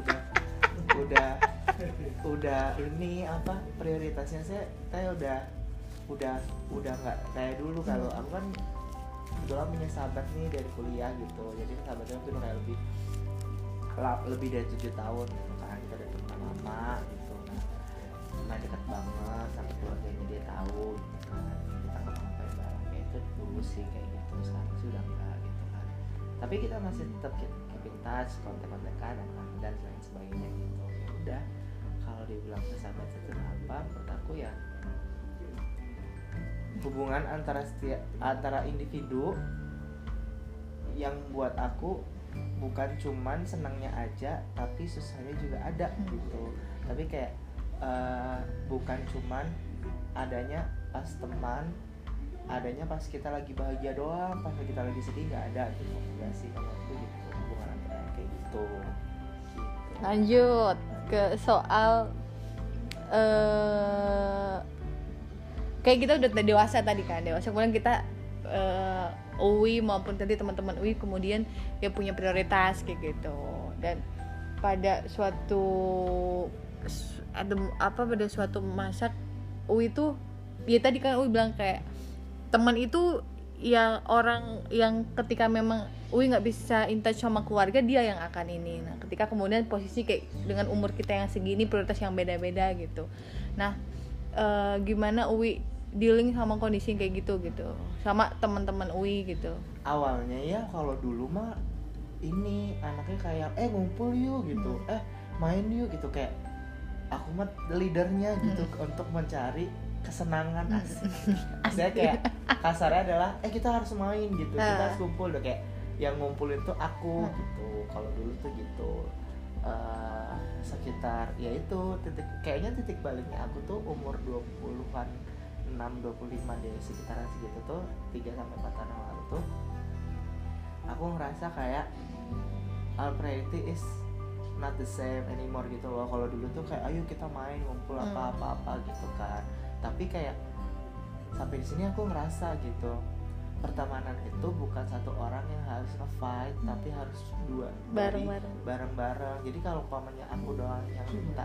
udah ini apa prioritasnya saya udah nggak kayak dulu. Kalau aku kan kebetulan punya sahabat nih dari kuliah gitu, jadi sahabatnya tuh udah kayak lebih dari 7 tahun gitu kan, kita udah teman lama gitu. Nah dekat banget sampai keluarganya dia tahu gitu kan, kita ngapain bareng kayak itu dulu sih kayak gitu. Sekarang sih udah enggak gitu kan, tapi kita masih tetap keep in touch, kontak-kontakan dan lain sebagainya gitu. Ya udah, kalau dibilang sahabat itu apa, menurut aku ya hubungan antara individu yang buat aku bukan cuman senangnya aja, tapi susahnya juga ada gitu. Tapi kayak bukan cuman adanya pas teman, adanya pas kita lagi bahagia doang, pas kita lagi sedih nggak ada gitu. Enggak sih kalau aku gitu, hubungan antara kayak gitu. Lanjut ke soal kayak kita udah dewasa tadi kan, kemudian kita Uwi maupun tadi teman-teman Uwi kemudian ya punya prioritas kayak gitu. Dan pada suatu masa Uwi tuh ya tadi kan Uwi bilang kayak teman itu yang orang yang ketika memang Uwi nggak bisa in touch sama keluarga, dia yang akan ini. Nah ketika kemudian posisi kayak dengan umur kita yang segini, prioritas yang beda-beda gitu. Nah gimana Uwi dealing sama kondisi kayak gitu sama teman-teman Uwi gitu? Awalnya ya kalau dulu mah ini anaknya kayak ngumpul yuk gitu, main yuk gitu, kayak aku mah leadernya gitu untuk mencari kesenangan. Asik. Saya kayak kasarnya adalah kita harus main gitu, kita harus kumpul udah kayak yang ngumpulin tuh aku gitu. Kalau dulu tuh gitu. Sekitar ya itu kayaknya titik baliknya aku tuh umur 20-an 6-25 deh, sekitaran segitu tuh 3-4 tahun yang lalu tuh aku ngerasa kayak our priority is not the same anymore gitu loh. Kalau dulu tuh kayak ayo kita main ngumpul apa gitu kan, tapi kayak sampai di sini aku ngerasa gitu pertemanan itu bukan satu orang yang harus nge-fight, tapi harus dua bareng-bareng. Jadi kalau umpamanya aku doang yang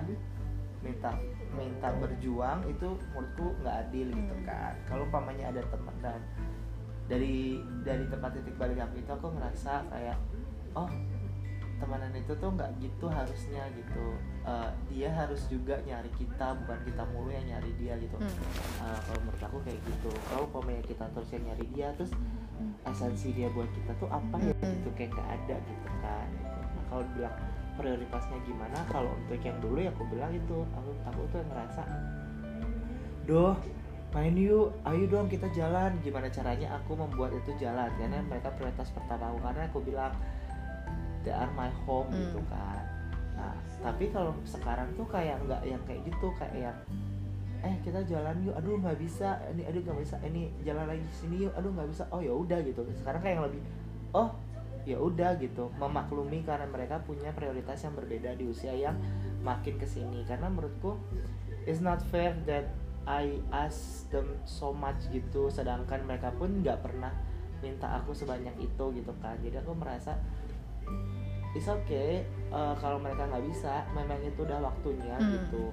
minta berjuang, itu menurutku nggak adil gitu kan. Kalau umpamanya ada teman, dan dari tempat titik balik aku itu aku ngerasa kayak oh temanan itu tuh nggak gitu harusnya gitu. Dia harus juga nyari kita, bukan kita mulu yang nyari dia gitu. Kalau menurut aku kayak gitu. Kalau umpamanya kita terus yang nyari dia, terus esensi dia buat kita tuh apa ya gitu, kayak nggak ada gitu kan. Nah kalau bilang prioritasnya gimana, kalau untuk yang dulu ya aku bilang itu aku tuh yang ngerasa doh main yuk, ayo dong kita jalan. Gimana caranya aku membuat itu jalan, karena mereka prioritas pertama aku, karena aku bilang they are my home gitu kan. Nah tapi kalau sekarang tuh kayak nggak yang kayak gitu, kayak yang kita jalan yuk, aduh nggak bisa, ini aduh nggak bisa, ini jalan lagi sini yuk, aduh nggak bisa, oh ya udah gitu. Sekarang kayak yang lebih oh ya udah gitu, memaklumi karena mereka punya prioritas yang berbeda di usia yang makin kesini. Karena menurutku it's not fair that I ask them so much gitu, sedangkan mereka pun nggak pernah minta aku sebanyak itu gitu kan. Jadi aku merasa it's okay kalau mereka nggak bisa, memang itu udah waktunya gitu.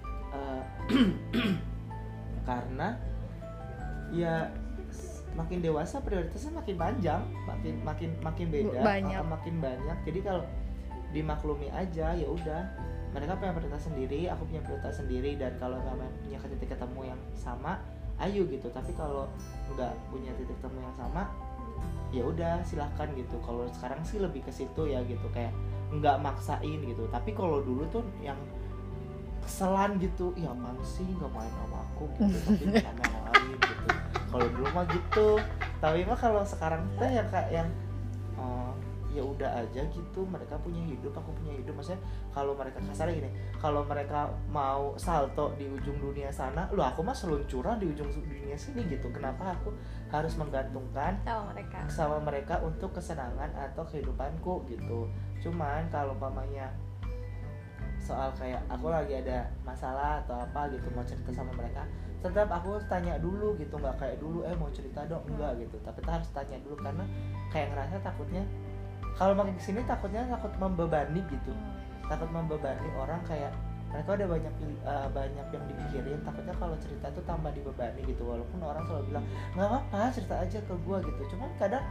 Karena ya makin dewasa prioritasnya makin panjang, makin beda, makin banyak. Jadi kalau dimaklumi aja ya udah, mereka punya prioritas sendiri, aku punya prioritas sendiri, dan kalau nggak punya titik ketemu yang sama, ayo gitu. Tapi kalau nggak punya titik ketemu yang sama, ya udah silahkan gitu. Kalau sekarang sih lebih ke situ ya gitu, kayak nggak maksain gitu. Tapi kalau dulu tuh yang keselan gitu, ya apaan sih nggak main sama aku gitu, tapi sama yang lain gitu. Kalau dulu mah gitu. Tapi mah kalau sekarang tuh yang kayak yang ya udah aja gitu, mereka punya hidup, aku punya hidup. Maksudnya kalau mereka kasar gini, kalau mereka mau salto di ujung dunia sana, loh aku mah seluncuran di ujung dunia sini gitu. Kenapa aku harus menggantungkan sama mereka untuk kesenangan atau kehidupanku gitu. Cuman kalau pamannya soal kayak aku lagi ada masalah atau apa gitu, mau cerita sama mereka, tetap aku harus tanya dulu gitu, nggak kayak dulu mau cerita dong, enggak gitu. Tapi harus tanya dulu, karena kayak ngerasa takutnya kalau makin kesini takut membebani gitu, takut membebani orang, kayak mereka udah banyak yang dipikirin. Takutnya kalau cerita tuh tambah dibebani gitu, walaupun orang selalu bilang nggak apa-apa cerita aja ke gue gitu. Cuman kadang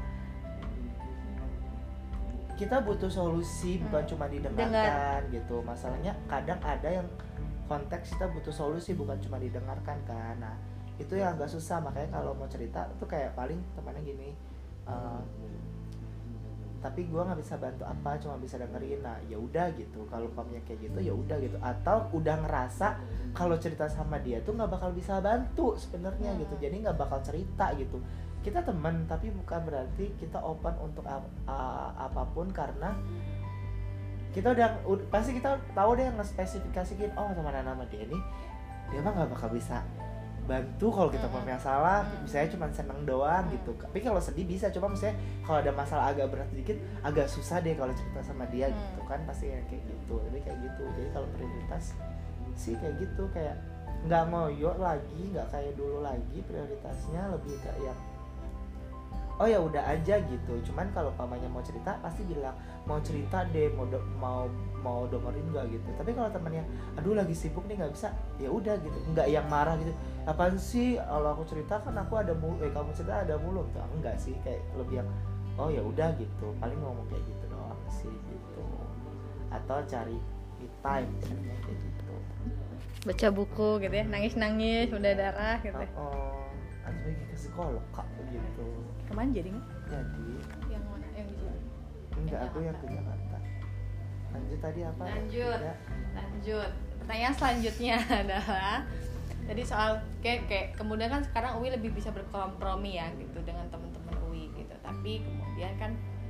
kita butuh solusi, bukan cuma didengarkan gitu. Masalahnya kadang ada yang konteks kita butuh solusi, bukan cuma didengarkan kan. Nah itu yang agak susah. Makanya kalau mau cerita tuh kayak paling temannya gini, tapi gue nggak bisa bantu apa, cuma bisa dengerin. Nah ya udah gitu. Kalau kamunya kayak gitu ya udah gitu. Atau udah ngerasa kalau cerita sama dia tuh nggak bakal bisa bantu sebenarnya gitu, jadi nggak bakal cerita gitu. Kita teman, tapi bukan berarti kita open untuk apapun, karena kita udah pasti kita tahu deh nge-spesifikasiin, oh teman sama dia nih, dia mah nggak bakal bisa bantu kalau kita punya masalah, misalnya cuma seneng doang gitu. Tapi kalau sedih bisa, cuma misalnya kalau ada masalah agak berat sedikit, agak susah deh kalau cerita sama dia gitu kan, pasti kayak gitu. Jadi kayak gitu. Jadi kalau prioritas sih kayak gitu, kayak nggak ngoyo lagi, nggak kayak dulu lagi. Prioritasnya lebih kayak oh ya udah aja gitu. Cuman kalau pamannya mau cerita pasti bilang mau cerita deh, mau dengerin nggak gitu. Tapi kalau temannya aduh lagi sibuk nih nggak bisa, ya udah gitu, nggak yang marah gitu, apaan sih kalau aku cerita kan aku ada kamu cerita ada mulu gitu. Enggak sih, kayak lebih yang oh ya udah gitu, paling ngomong kayak gitu doang sih gitu. Atau cari me time misalnya kayak gitu, baca buku gitu ya, nangis udah darah gitu. Atau pergi ke psikolog kak gitu. Kemana jadi nggak? Jadi yang mana? Yang di sini? Enggak, aku yang ke Jakarta. Lanjut tadi apa? Lanjut. Pertanyaan selanjutnya adalah tadi soal kayak kemudian kan sekarang Uwi lebih bisa berkompromi ya gitu dengan teman-teman Uwi gitu. Tapi kemudian kan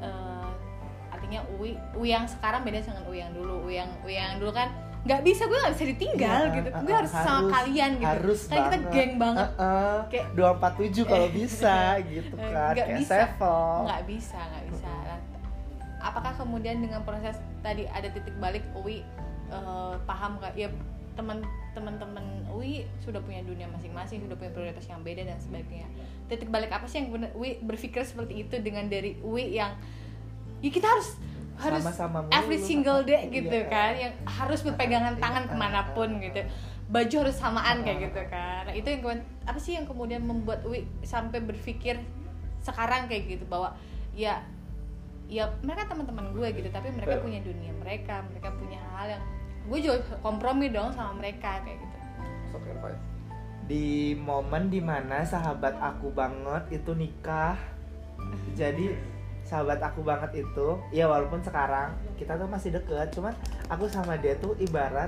artinya Uwi yang sekarang beda dengan Uwi yang dulu. Uwi yang dulu kan nggak bisa, gue nggak bisa ditinggal gitu, gue harus sama kalian gitu, harus kayak kita geng banget, kayak 247 kalau bisa gitu kan, kayak Sevel. nggak bisa. Apakah kemudian dengan proses tadi ada titik balik Uwi paham nggak ya teman-teman Uwi sudah punya dunia masing-masing, sudah punya prioritas yang beda dan sebagainya. Titik balik apa sih yang Uwi berpikir seperti itu dengan dari Uwi yang ya kita harus sama-sama every single day gitu iya. Kan, yang harus berpegangan tangan kemanapun gitu, baju harus samaan kayak gitu kan. Nah, itu yang apa sih yang kemudian membuat Uwi sampai berpikir sekarang kayak gitu, bahwa ya mereka teman-teman gue gitu, tapi mereka punya dunia mereka punya hal yang gue juga kompromi dong sama mereka kayak gitu. Di momen dimana sahabat aku banget itu nikah, jadi sahabat aku banget itu, ya walaupun sekarang kita tuh masih deket, cuman aku sama dia tuh ibarat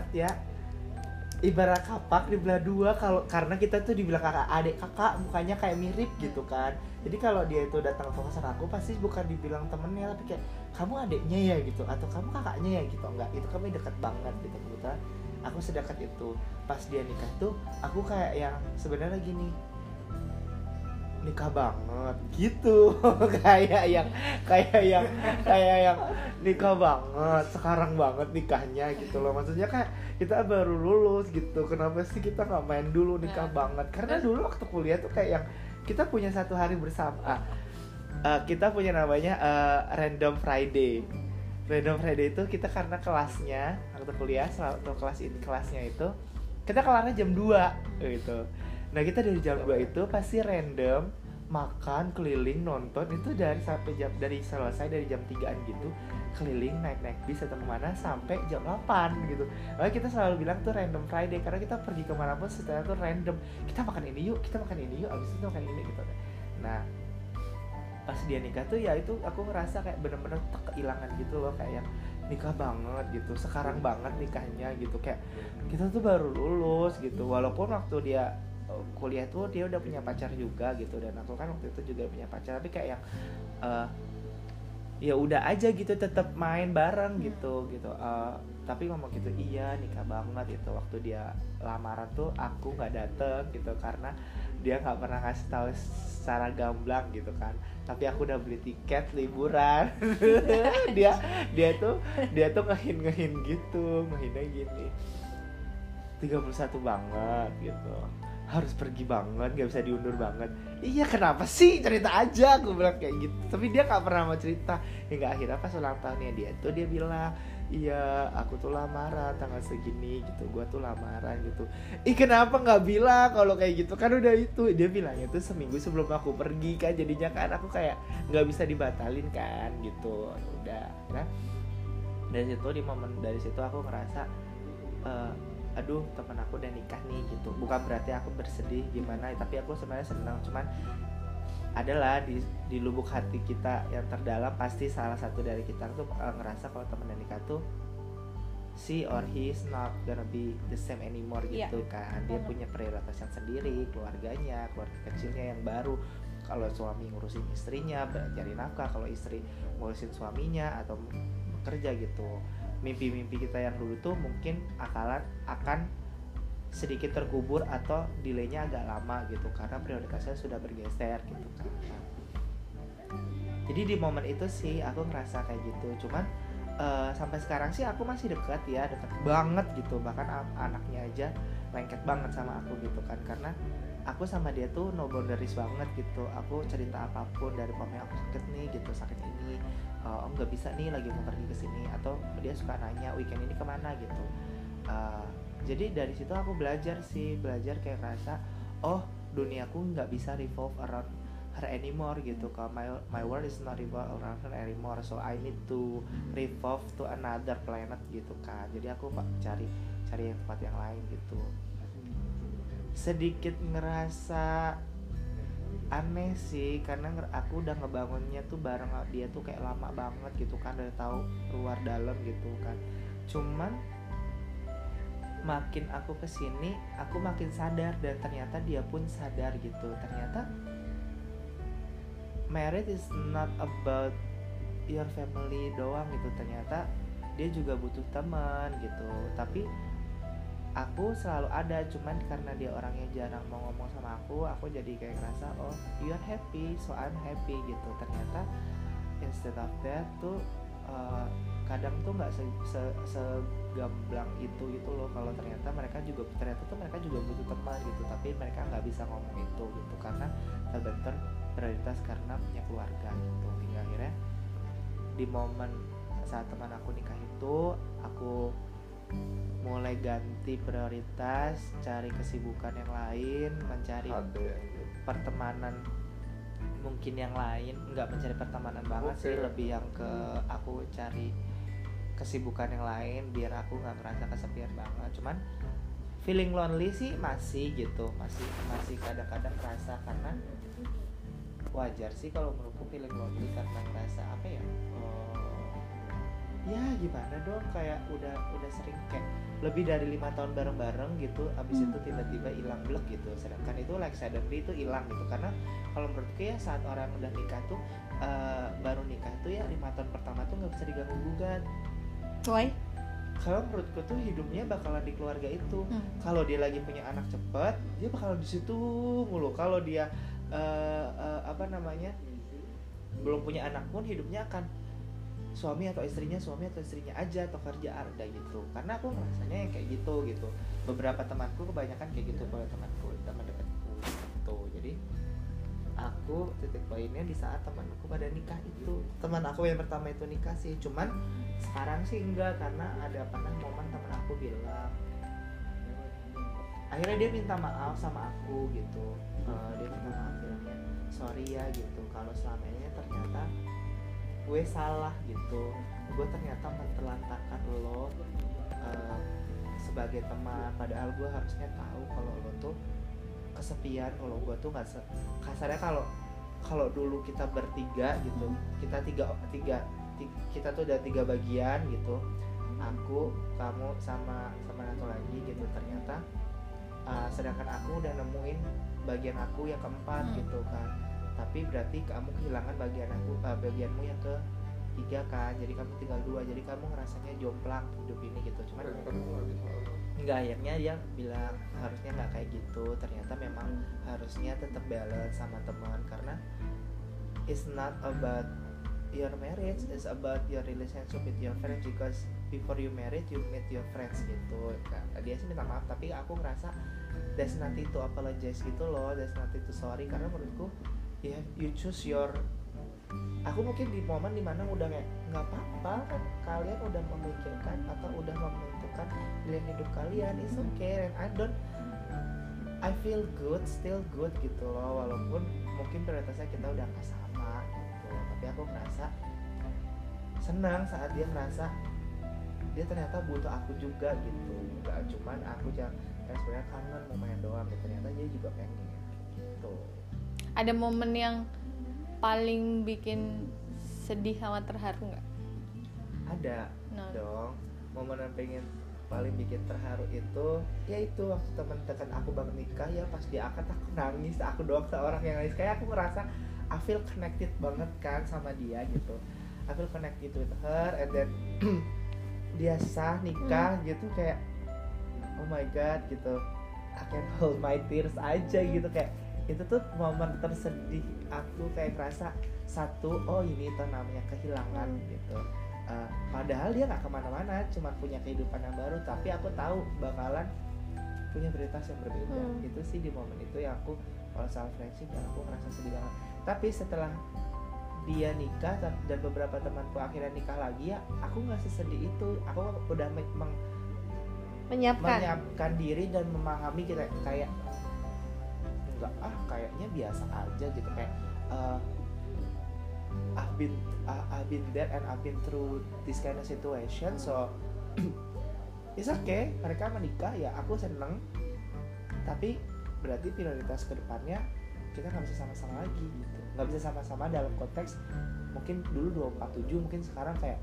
kapak dibelah dua, karena kita tuh dibilang kakak mukanya kayak mirip gitu kan. Jadi kalau dia itu datang ke kosan aku pasti bukan dibilang temennya, tapi kayak kamu adiknya ya gitu, atau kamu kakaknya ya gitu. Enggak, itu kami deket banget gitu. Kebetulan aku sedekat itu. Pas dia nikah tuh aku kayak yang sebenarnya gini, nikah banget gitu. kayak yang nikah banget, sekarang banget nikahnya gitu loh. Maksudnya kayak kita baru lulus gitu, kenapa sih kita nggak main dulu nikah banget? Karena dulu waktu kuliah tuh kayak yang kita punya satu hari bersama, kita punya namanya Random Friday. Random Friday itu kita karena kelasnya waktu kuliah, waktu kelasnya itu kita kelarnya jam 2 gitu. Nah kita dari jam 2 itu pasti random makan, keliling, nonton itu dari selesai dari jam 3an gitu, keliling naik bis atau kemana sampai jam 8 gitu. Lalu kita selalu bilang tuh Random Friday karena kita pergi kemanapun setelah itu random, kita makan ini yuk, abis itu makan ini gitu. Nah pas dia nikah tuh ya itu aku ngerasa kayak bener-bener kehilangan gitu loh, kayak yang nikah banget gitu, sekarang banget nikahnya gitu, kayak kita tuh baru lulus gitu. Walaupun waktu dia kuliah tuh dia udah punya pacar juga gitu, dan aku kan waktu itu juga punya pacar, tapi kayak yang ya udah aja gitu, tetap main bareng gitu. Tapi ngomong gitu, iya nikah banget gitu. Waktu dia lamaran tuh aku nggak dateng gitu karena dia nggak pernah ngasih tahu secara gamblang gitu kan, tapi aku udah beli tiket liburan. dia tuh ngehin gitu, ngehinnya gini, 31 banget gitu, harus pergi banget, gak bisa diundur banget. Iya kenapa sih, cerita aja, aku bilang kayak gitu. Tapi dia gak pernah mau cerita. Hingga akhirnya pas ulang tahunnya dia bilang, iya aku tuh lamaran tanggal segini gitu, gua tuh lamaran gitu. Kenapa gak bilang kalau kayak gitu, kan udah itu. Dia bilangnya tuh seminggu sebelum aku pergi kan, jadinya kan aku kayak gak bisa dibatalin kan gitu. Udah, nah dari situ aku ngerasa aduh teman aku udah nikah nih gitu. Bukan berarti aku bersedih gimana, tapi aku sebenarnya senang. Cuman adalah di lubuk hati kita yang terdalam pasti salah satu dari kita tuh ngerasa kalau teman yang nikah tuh she or he is not gonna be the same anymore gitu kan. Dia punya prioritas yang sendiri, keluarga kecilnya yang baru. Kalau suami ngurusin istrinya, cari nafkah, kalau istri ngurusin suaminya atau bekerja gitu. Mimpi-mimpi kita yang dulu tuh mungkin akan sedikit terkubur atau delaynya agak lama gitu karena prioritasnya sudah bergeser gitu kan. Jadi di momen itu sih aku ngerasa kayak gitu. Cuman sampai sekarang sih aku masih dekat banget gitu. Bahkan anaknya aja lengket banget sama aku gitu kan, karena aku sama dia tuh no boundaries banget gitu. Aku cerita apapun, dari pamnya aku sakit nih gitu, sakit ini, om nggak bisa nih lagi mau pergi ke sini, atau dia suka nanya weekend ini kemana gitu. Jadi dari situ aku belajar kayak rasa duniaku nggak bisa revolve around her anymore gitu. Kalau my world is not revolve around her anymore, so I need to revolve to another planet gitu kan. Jadi aku cari yang tempat yang lain gitu. Sedikit ngerasa aneh sih karena aku udah ngebangunnya tuh bareng dia tuh kayak lama banget gitu kan, udah tahu luar dalam gitu kan. Cuman makin aku kesini aku makin sadar, dan ternyata dia pun sadar gitu. Ternyata marriage is not about your family doang gitu, ternyata dia juga butuh teman gitu. Tapi aku selalu ada, cuman karena dia orangnya jarang mau ngomong sama aku jadi kayak ngerasa oh you are happy so I'm happy gitu. Ternyata instead of that tuh kadang tuh nggak segamblang itu gitu loh. Kalau ternyata mereka juga butuh teman gitu, tapi mereka nggak bisa ngomong itu gitu karena terbentur prioritas karena punya keluarga gitu. Hingga akhirnya di momen saat teman aku nikah itu aku mulai ganti prioritas, cari kesibukan yang lain, mencari pertemanan mungkin yang lain, nggak mencari pertemanan banget sih, lebih yang ke aku cari kesibukan yang lain biar aku nggak merasa kesepian banget. Cuman feeling lonely sih masih gitu, masih kadang-kadang kerasa, karena wajar sih kalau menurutku feeling lonely karena ngerasa apa ya, ya gimana dong, kayak udah sering kayak lebih dari 5 tahun bareng-bareng gitu, abis itu tiba-tiba hilang blek gitu. Sedangkan itu like suddenly itu hilang gitu. Karena kalau menurutku ya saat orang udah nikah tuh baru nikah tuh ya 5 tahun pertama tuh nggak bisa diganggu gugat. Why? Kalau menurutku tuh hidupnya bakalan di keluarga itu. Kalau dia lagi punya anak cepet, dia bakalan di situ mulu. Kalau dia belum punya anak pun hidupnya akan suami atau istrinya aja atau kerja ada gitu. Karena aku merasanya yang kayak gitu. Beberapa temanku kebanyakan kayak gitu, kalau teman dekatku gitu. Jadi aku titik poinnya di saat temanku pada nikah itu. Teman aku yang pertama itu nikah sih, cuman sekarang sih enggak, karena ada momen teman aku bilang, akhirnya dia minta maaf sama aku gitu. Dia minta maaf, bilangnya sorry ya gitu, kalau selama ini ternyata gue salah gitu, gue ternyata menterlantarkan lo sebagai teman, padahal gue harusnya tahu kalau lo tuh kesepian, kalau gue tuh nggak kasarnya kalau dulu kita bertiga gitu, kita tuh ada 3 bagian gitu, aku, kamu sama satu lagi gitu. Ternyata sedangkan aku udah nemuin bagian aku yang keempat gitu kan, tapi berarti kamu kehilangan bagianmu yang ketiga kan, jadi kamu tinggal 2, jadi kamu ngerasanya jomplang hidup ini gitu. Cuman enggak, akhirnya dia bilang harusnya nggak kayak gitu, ternyata memang harusnya tetap balance sama teman, karena it's not about your marriage, it's about your relationship with your friends, because before you married you meet your friends gitu kan. Dia sih minta maaf, tapi aku ngerasa there's nothing to apologize gitu loh, there's nothing to sorry, karena menurutku you choose your. Aku mungkin di momen dimana udah kayak nggak apa-apa kan, kalian udah memikirkan atau udah menentukan pilihan hidup kalian, it's okay, and I feel good, still good gitu loh, walaupun mungkin prioritasnya kita udah nggak sama gitu. Tapi aku ngerasa senang saat dia ngerasa dia ternyata butuh aku juga gitu, nggak cuman aku yang sebenarnya kangen mau main doang gitu, ternyata dia juga pengen gitu. Ada momen yang paling bikin sedih sama terharu nggak? Ada dong. Momen yang paling bikin terharu itu ya itu waktu teman dekat aku banget nikah, ya pas dia akad aku nangis, aku doang seorang yang nangis, kayak aku ngerasa I feel connected banget kan sama dia gitu. I feel connected with her, and then dia sah nikah gitu, kayak oh my god gitu, I can hold my tears aja gitu. Kayak itu tuh momen tersedih aku, kayak ngerasa satu, oh ini tuh namanya kehilangan gitu. Padahal dia nggak kemana-mana, cuma punya kehidupan yang baru, tapi aku tahu bakalan punya prioritas yang berbeda. Itu sih di momen itu yang aku, kalau soal friendship yang aku ngerasa sedih banget. Tapi setelah dia nikah dan beberapa temanku akhirnya nikah lagi, ya aku nggak sesedih itu. Aku udah menyiapkan diri dan memahami kita kayak enggak, kayaknya biasa aja gitu, kayak I've been there and I've been through this kind of situation, so it's okay. Mereka menikah, ya aku seneng, tapi berarti prioritas kedepannya kita nggak bisa sama-sama lagi gitu. Nggak bisa sama-sama dalam konteks mungkin dulu 247, mungkin sekarang kayak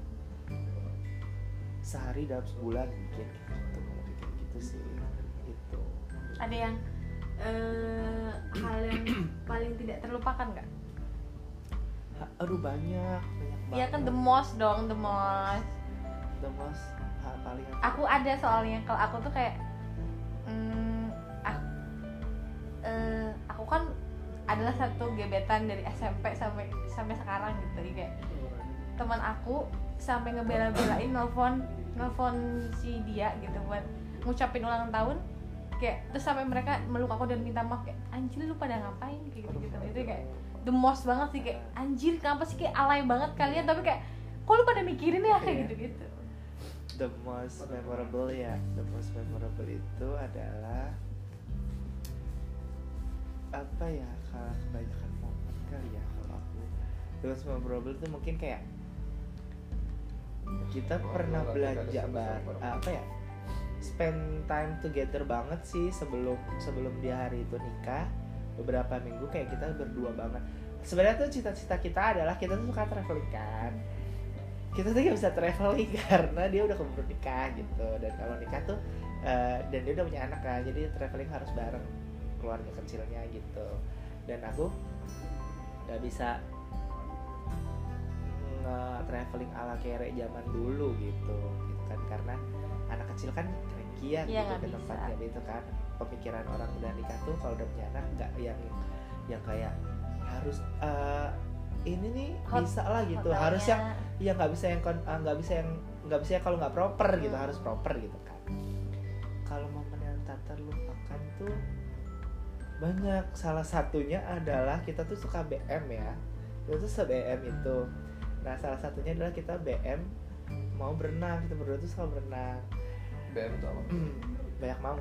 sehari dalam sebulan mungkin gitu, kayak gitu sih gitu. Ada yang hal yang paling tidak terlupakan nggak? Aduh banyak Iya kan the most dong, the most. Paling Aku ada soalnya kalau aku tuh kayak aku kan adalah satu gebetan dari SMP sampai sekarang gitu. Jadi kayak teman aku sampai ngebela-belain nelfon si dia gitu buat ngucapin ulang tahun, kayak terus sampai mereka meluk aku dan minta maaf, kayak anjir lu pada ngapain kayak gitu. Itu kayak the most banget sih, kayak anjir kenapa sih, kayak alay banget kalian, tapi kayak kok lu pada mikirin ya kayak gitu-gitu. The most memorable itu adalah apa ya, kalau kebanyakan momen kali ya. Kalau aku the most memorable itu mungkin kayak kita pernah belanja apa ya, spend time together banget sih sebelum dia hari itu nikah. Beberapa minggu kayak kita berdua banget. Sebenarnya tuh cita-cita kita adalah kita tuh suka traveling kan. Kita tuh gak bisa traveling karena dia udah keburu nikah gitu. Dan kalau nikah tuh dan dia udah punya anak kan, jadi traveling harus bareng keluarga kecilnya gitu. Dan aku gak bisa traveling ala kere zaman dulu gitu kan, karena anak kecil kan cranky ya gitu ke tempatnya gitu kan. Pemikiran orang udah nikah tuh kalau udah punya anak nggak yang kayak harus ini nih bisa lah gitu, harus yang nggak bisa yang kalau nggak proper gitu, harus proper gitu kan. Kalau momen yang tak terlupakan tuh banyak, salah satunya adalah kita tuh suka BM ya, kita tuh se-BM itu. Nah salah satunya adalah kita BM mau berenang, kita berdua tuh suka berenang. BM itu apa? Banyak mau.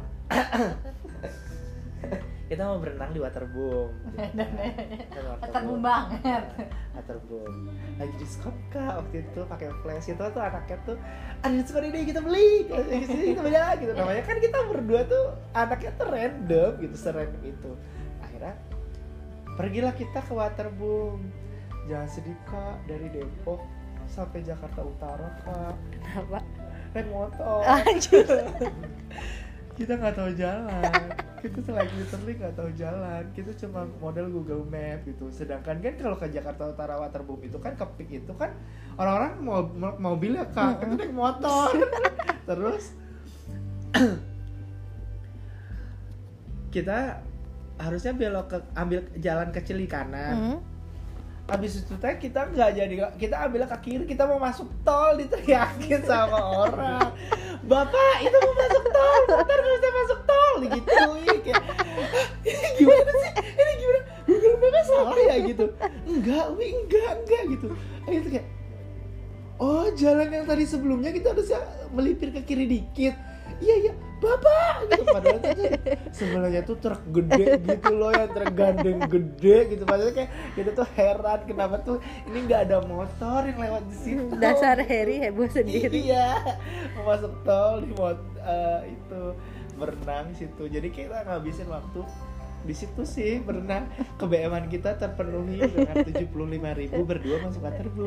Kita mau berenang di waterboom gitu. Waterboom banget. Waterboom. Lagi diskon Kak waktu itu pakai flash itu tuh anaknya tuh ada diskon ini kita beli. Kita beli gitu. Namanya kan kita berdua tuh anaknya tuh random gitu, serandom itu. Akhirnya pergilah kita ke waterboom. Jangan sedih Kak, dari Depok sampai Jakarta Utara Kak. Kenapa? Naik motor. Anjir. Kita nggak tahu jalan, kita selagi literally nggak tahu jalan, kita cuma model Google Map gitu. Sedangkan kan kalau ke Jakarta Utara waterboom itu kan, ke Peak itu kan orang-orang mobil ya Kak, kita naik motor. Terus kita harusnya belok ambil jalan kecil di kanan. Habis itu teh kita nggak jadi, kita ambil ke kiri, kita mau masuk tol, diteriakin sama orang, bapak itu mau masuk tol, motor nggak bisa masuk tol, digituin kayak ini gimana sih, ini gimana, Google Map salah ya gitu, enggak gitu. Itu kayak oh jalan yang tadi sebelumnya kita harusnya melipir ke kiri dikit, iya bapak gitu. Padahal tuh sebelahnya tuh truk gede gitu loh, yang truk gandeng gede gitu. Padahal kayak kita tuh heran kenapa tuh ini nggak ada motor yang lewat di situ. Dasar Harry heboh sendiri. Iya, mau masuk tol di itu berenang di situ. Jadi kita ngabisin waktu di situ sih berenang. Kebeeman kita terpenuhi dengan 75.000 berdua masuk waterboom.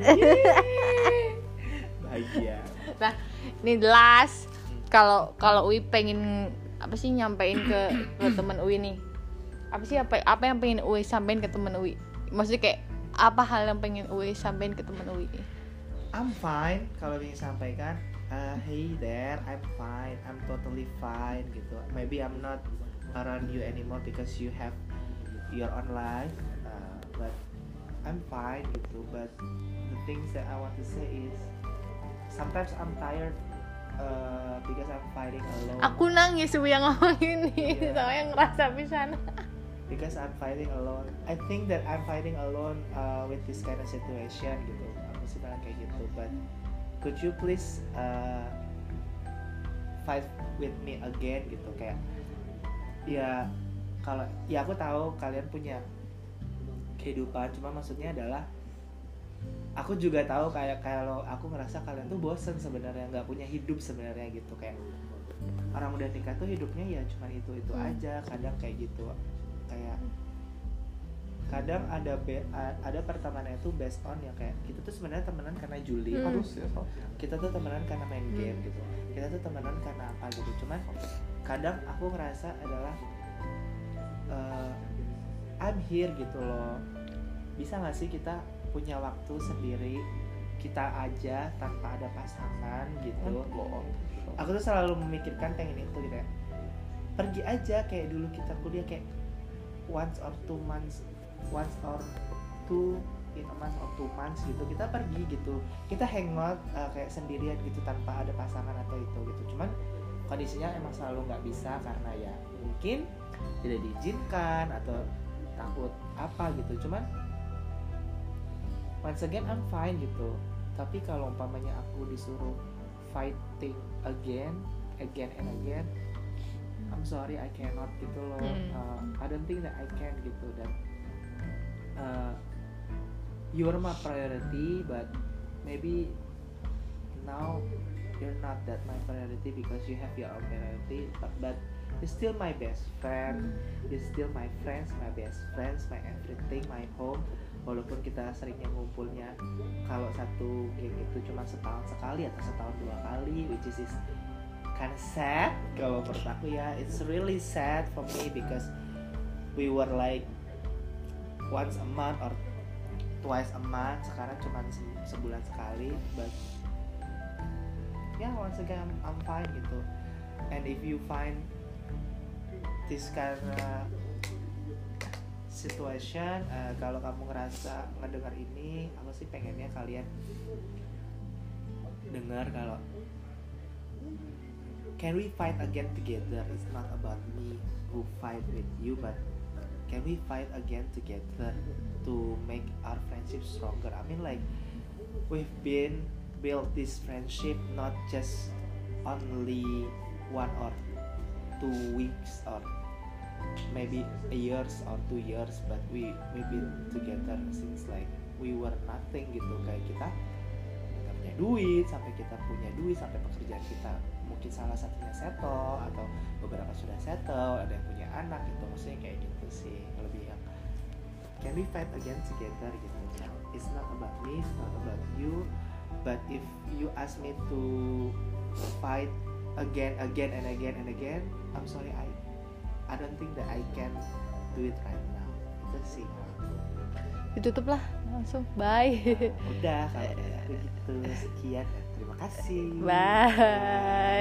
Bahagia. Nah, ini last. Kalau Uwi pengen apa sih nyampein ke teman Uwi nih, apa yang pengen Uwi sampein ke teman Uwi, maksudnya kayak apa hal yang pengen Uwi sampein ke teman Uwi? I'm fine, kalau ingin sampaikan hey there, I'm fine, I'm totally fine gitu. Maybe I'm not around you anymore because you have your own life, but I'm fine gitu. But the things that I want to say is sometimes I'm tired because I'm fighting alone. Aku nangis yang ngomong ini, soalnya ngerasa pisan. Because I'm fighting alone. I think that I'm fighting alone with this kind of situation gitu. Aku sih bilang kayak gitu. But could you please fight with me again gitu, kayak ya kalau ya aku tahu kalian punya kehidupan, cuma maksudnya adalah aku juga tahu kayak kalau aku ngerasa kalian tuh bosen sebenarnya, nggak punya hidup sebenarnya gitu. Kayak orang udah nikah tuh hidupnya ya cuma itu aja. Kadang kayak gitu, kayak kadang ada pertemanan itu based on ya kayak kita tuh sebenarnya temenan karena julid, kita tuh temenan karena main game gitu, kita tuh temenan karena apa gitu. Cuman kadang aku ngerasa adalah I'm here gitu loh, bisa nggak sih kita punya waktu sendiri kita aja tanpa ada pasangan gitu. Aku tuh selalu memikirkan pengen itu gitu ya, pergi aja kayak dulu kita kuliah kayak once or two in a month or 2 months gitu, kita pergi gitu, kita hangout kayak sendirian gitu tanpa ada pasangan atau itu gitu. Cuman kondisinya emang selalu nggak bisa karena ya mungkin tidak diizinkan atau takut apa gitu. Cuman once again I'm fine gitu. Tapi kalau umpamanya aku disuruh fighting again and again, I'm sorry I cannot gitu loh. I don't think that I can gitu. Dan you're my priority, but maybe now you're not that my priority because you have your own priority. But you're still my best friend, you're still my friends, my best friends, my everything, my home. Walaupun kita seringnya ngumpulnya kalau satu geng itu cuma setahun sekali atau setahun 2 kali, which is kind of sad kalau menurut aku ya. It's really sad for me because we were like once a month or twice a month, sekarang cuma sebulan sekali. But yeah, once again I'm fine gitu. And if you find this kind of situation, kalau kamu ngerasa ngedengar ini, aku sih pengennya kalian dengar kalau can we fight again together. It's not about me who fight with you, but can we fight again together to make our friendship stronger. I mean like we've been built this friendship not just only 1 or 2 weeks or maybe a years or 2 years, but we've been together since like we were nothing gitu. Kayak kita nggak punya duit sampai kita punya duit, sampai pekerjaan kita mungkin salah satunya settle atau beberapa sudah settle, ada yang punya anak gitu. Maksudnya kayak gitu sih, lebih yang can we fight again together gitu. It's not about me, it's not about you, but if you ask me to fight again and again, I'm sorry, I don't think that I can do it right now. Itu sih. Ditutup lah langsung, bye. Udah kalau begitu, sekian, terima kasih. Bye.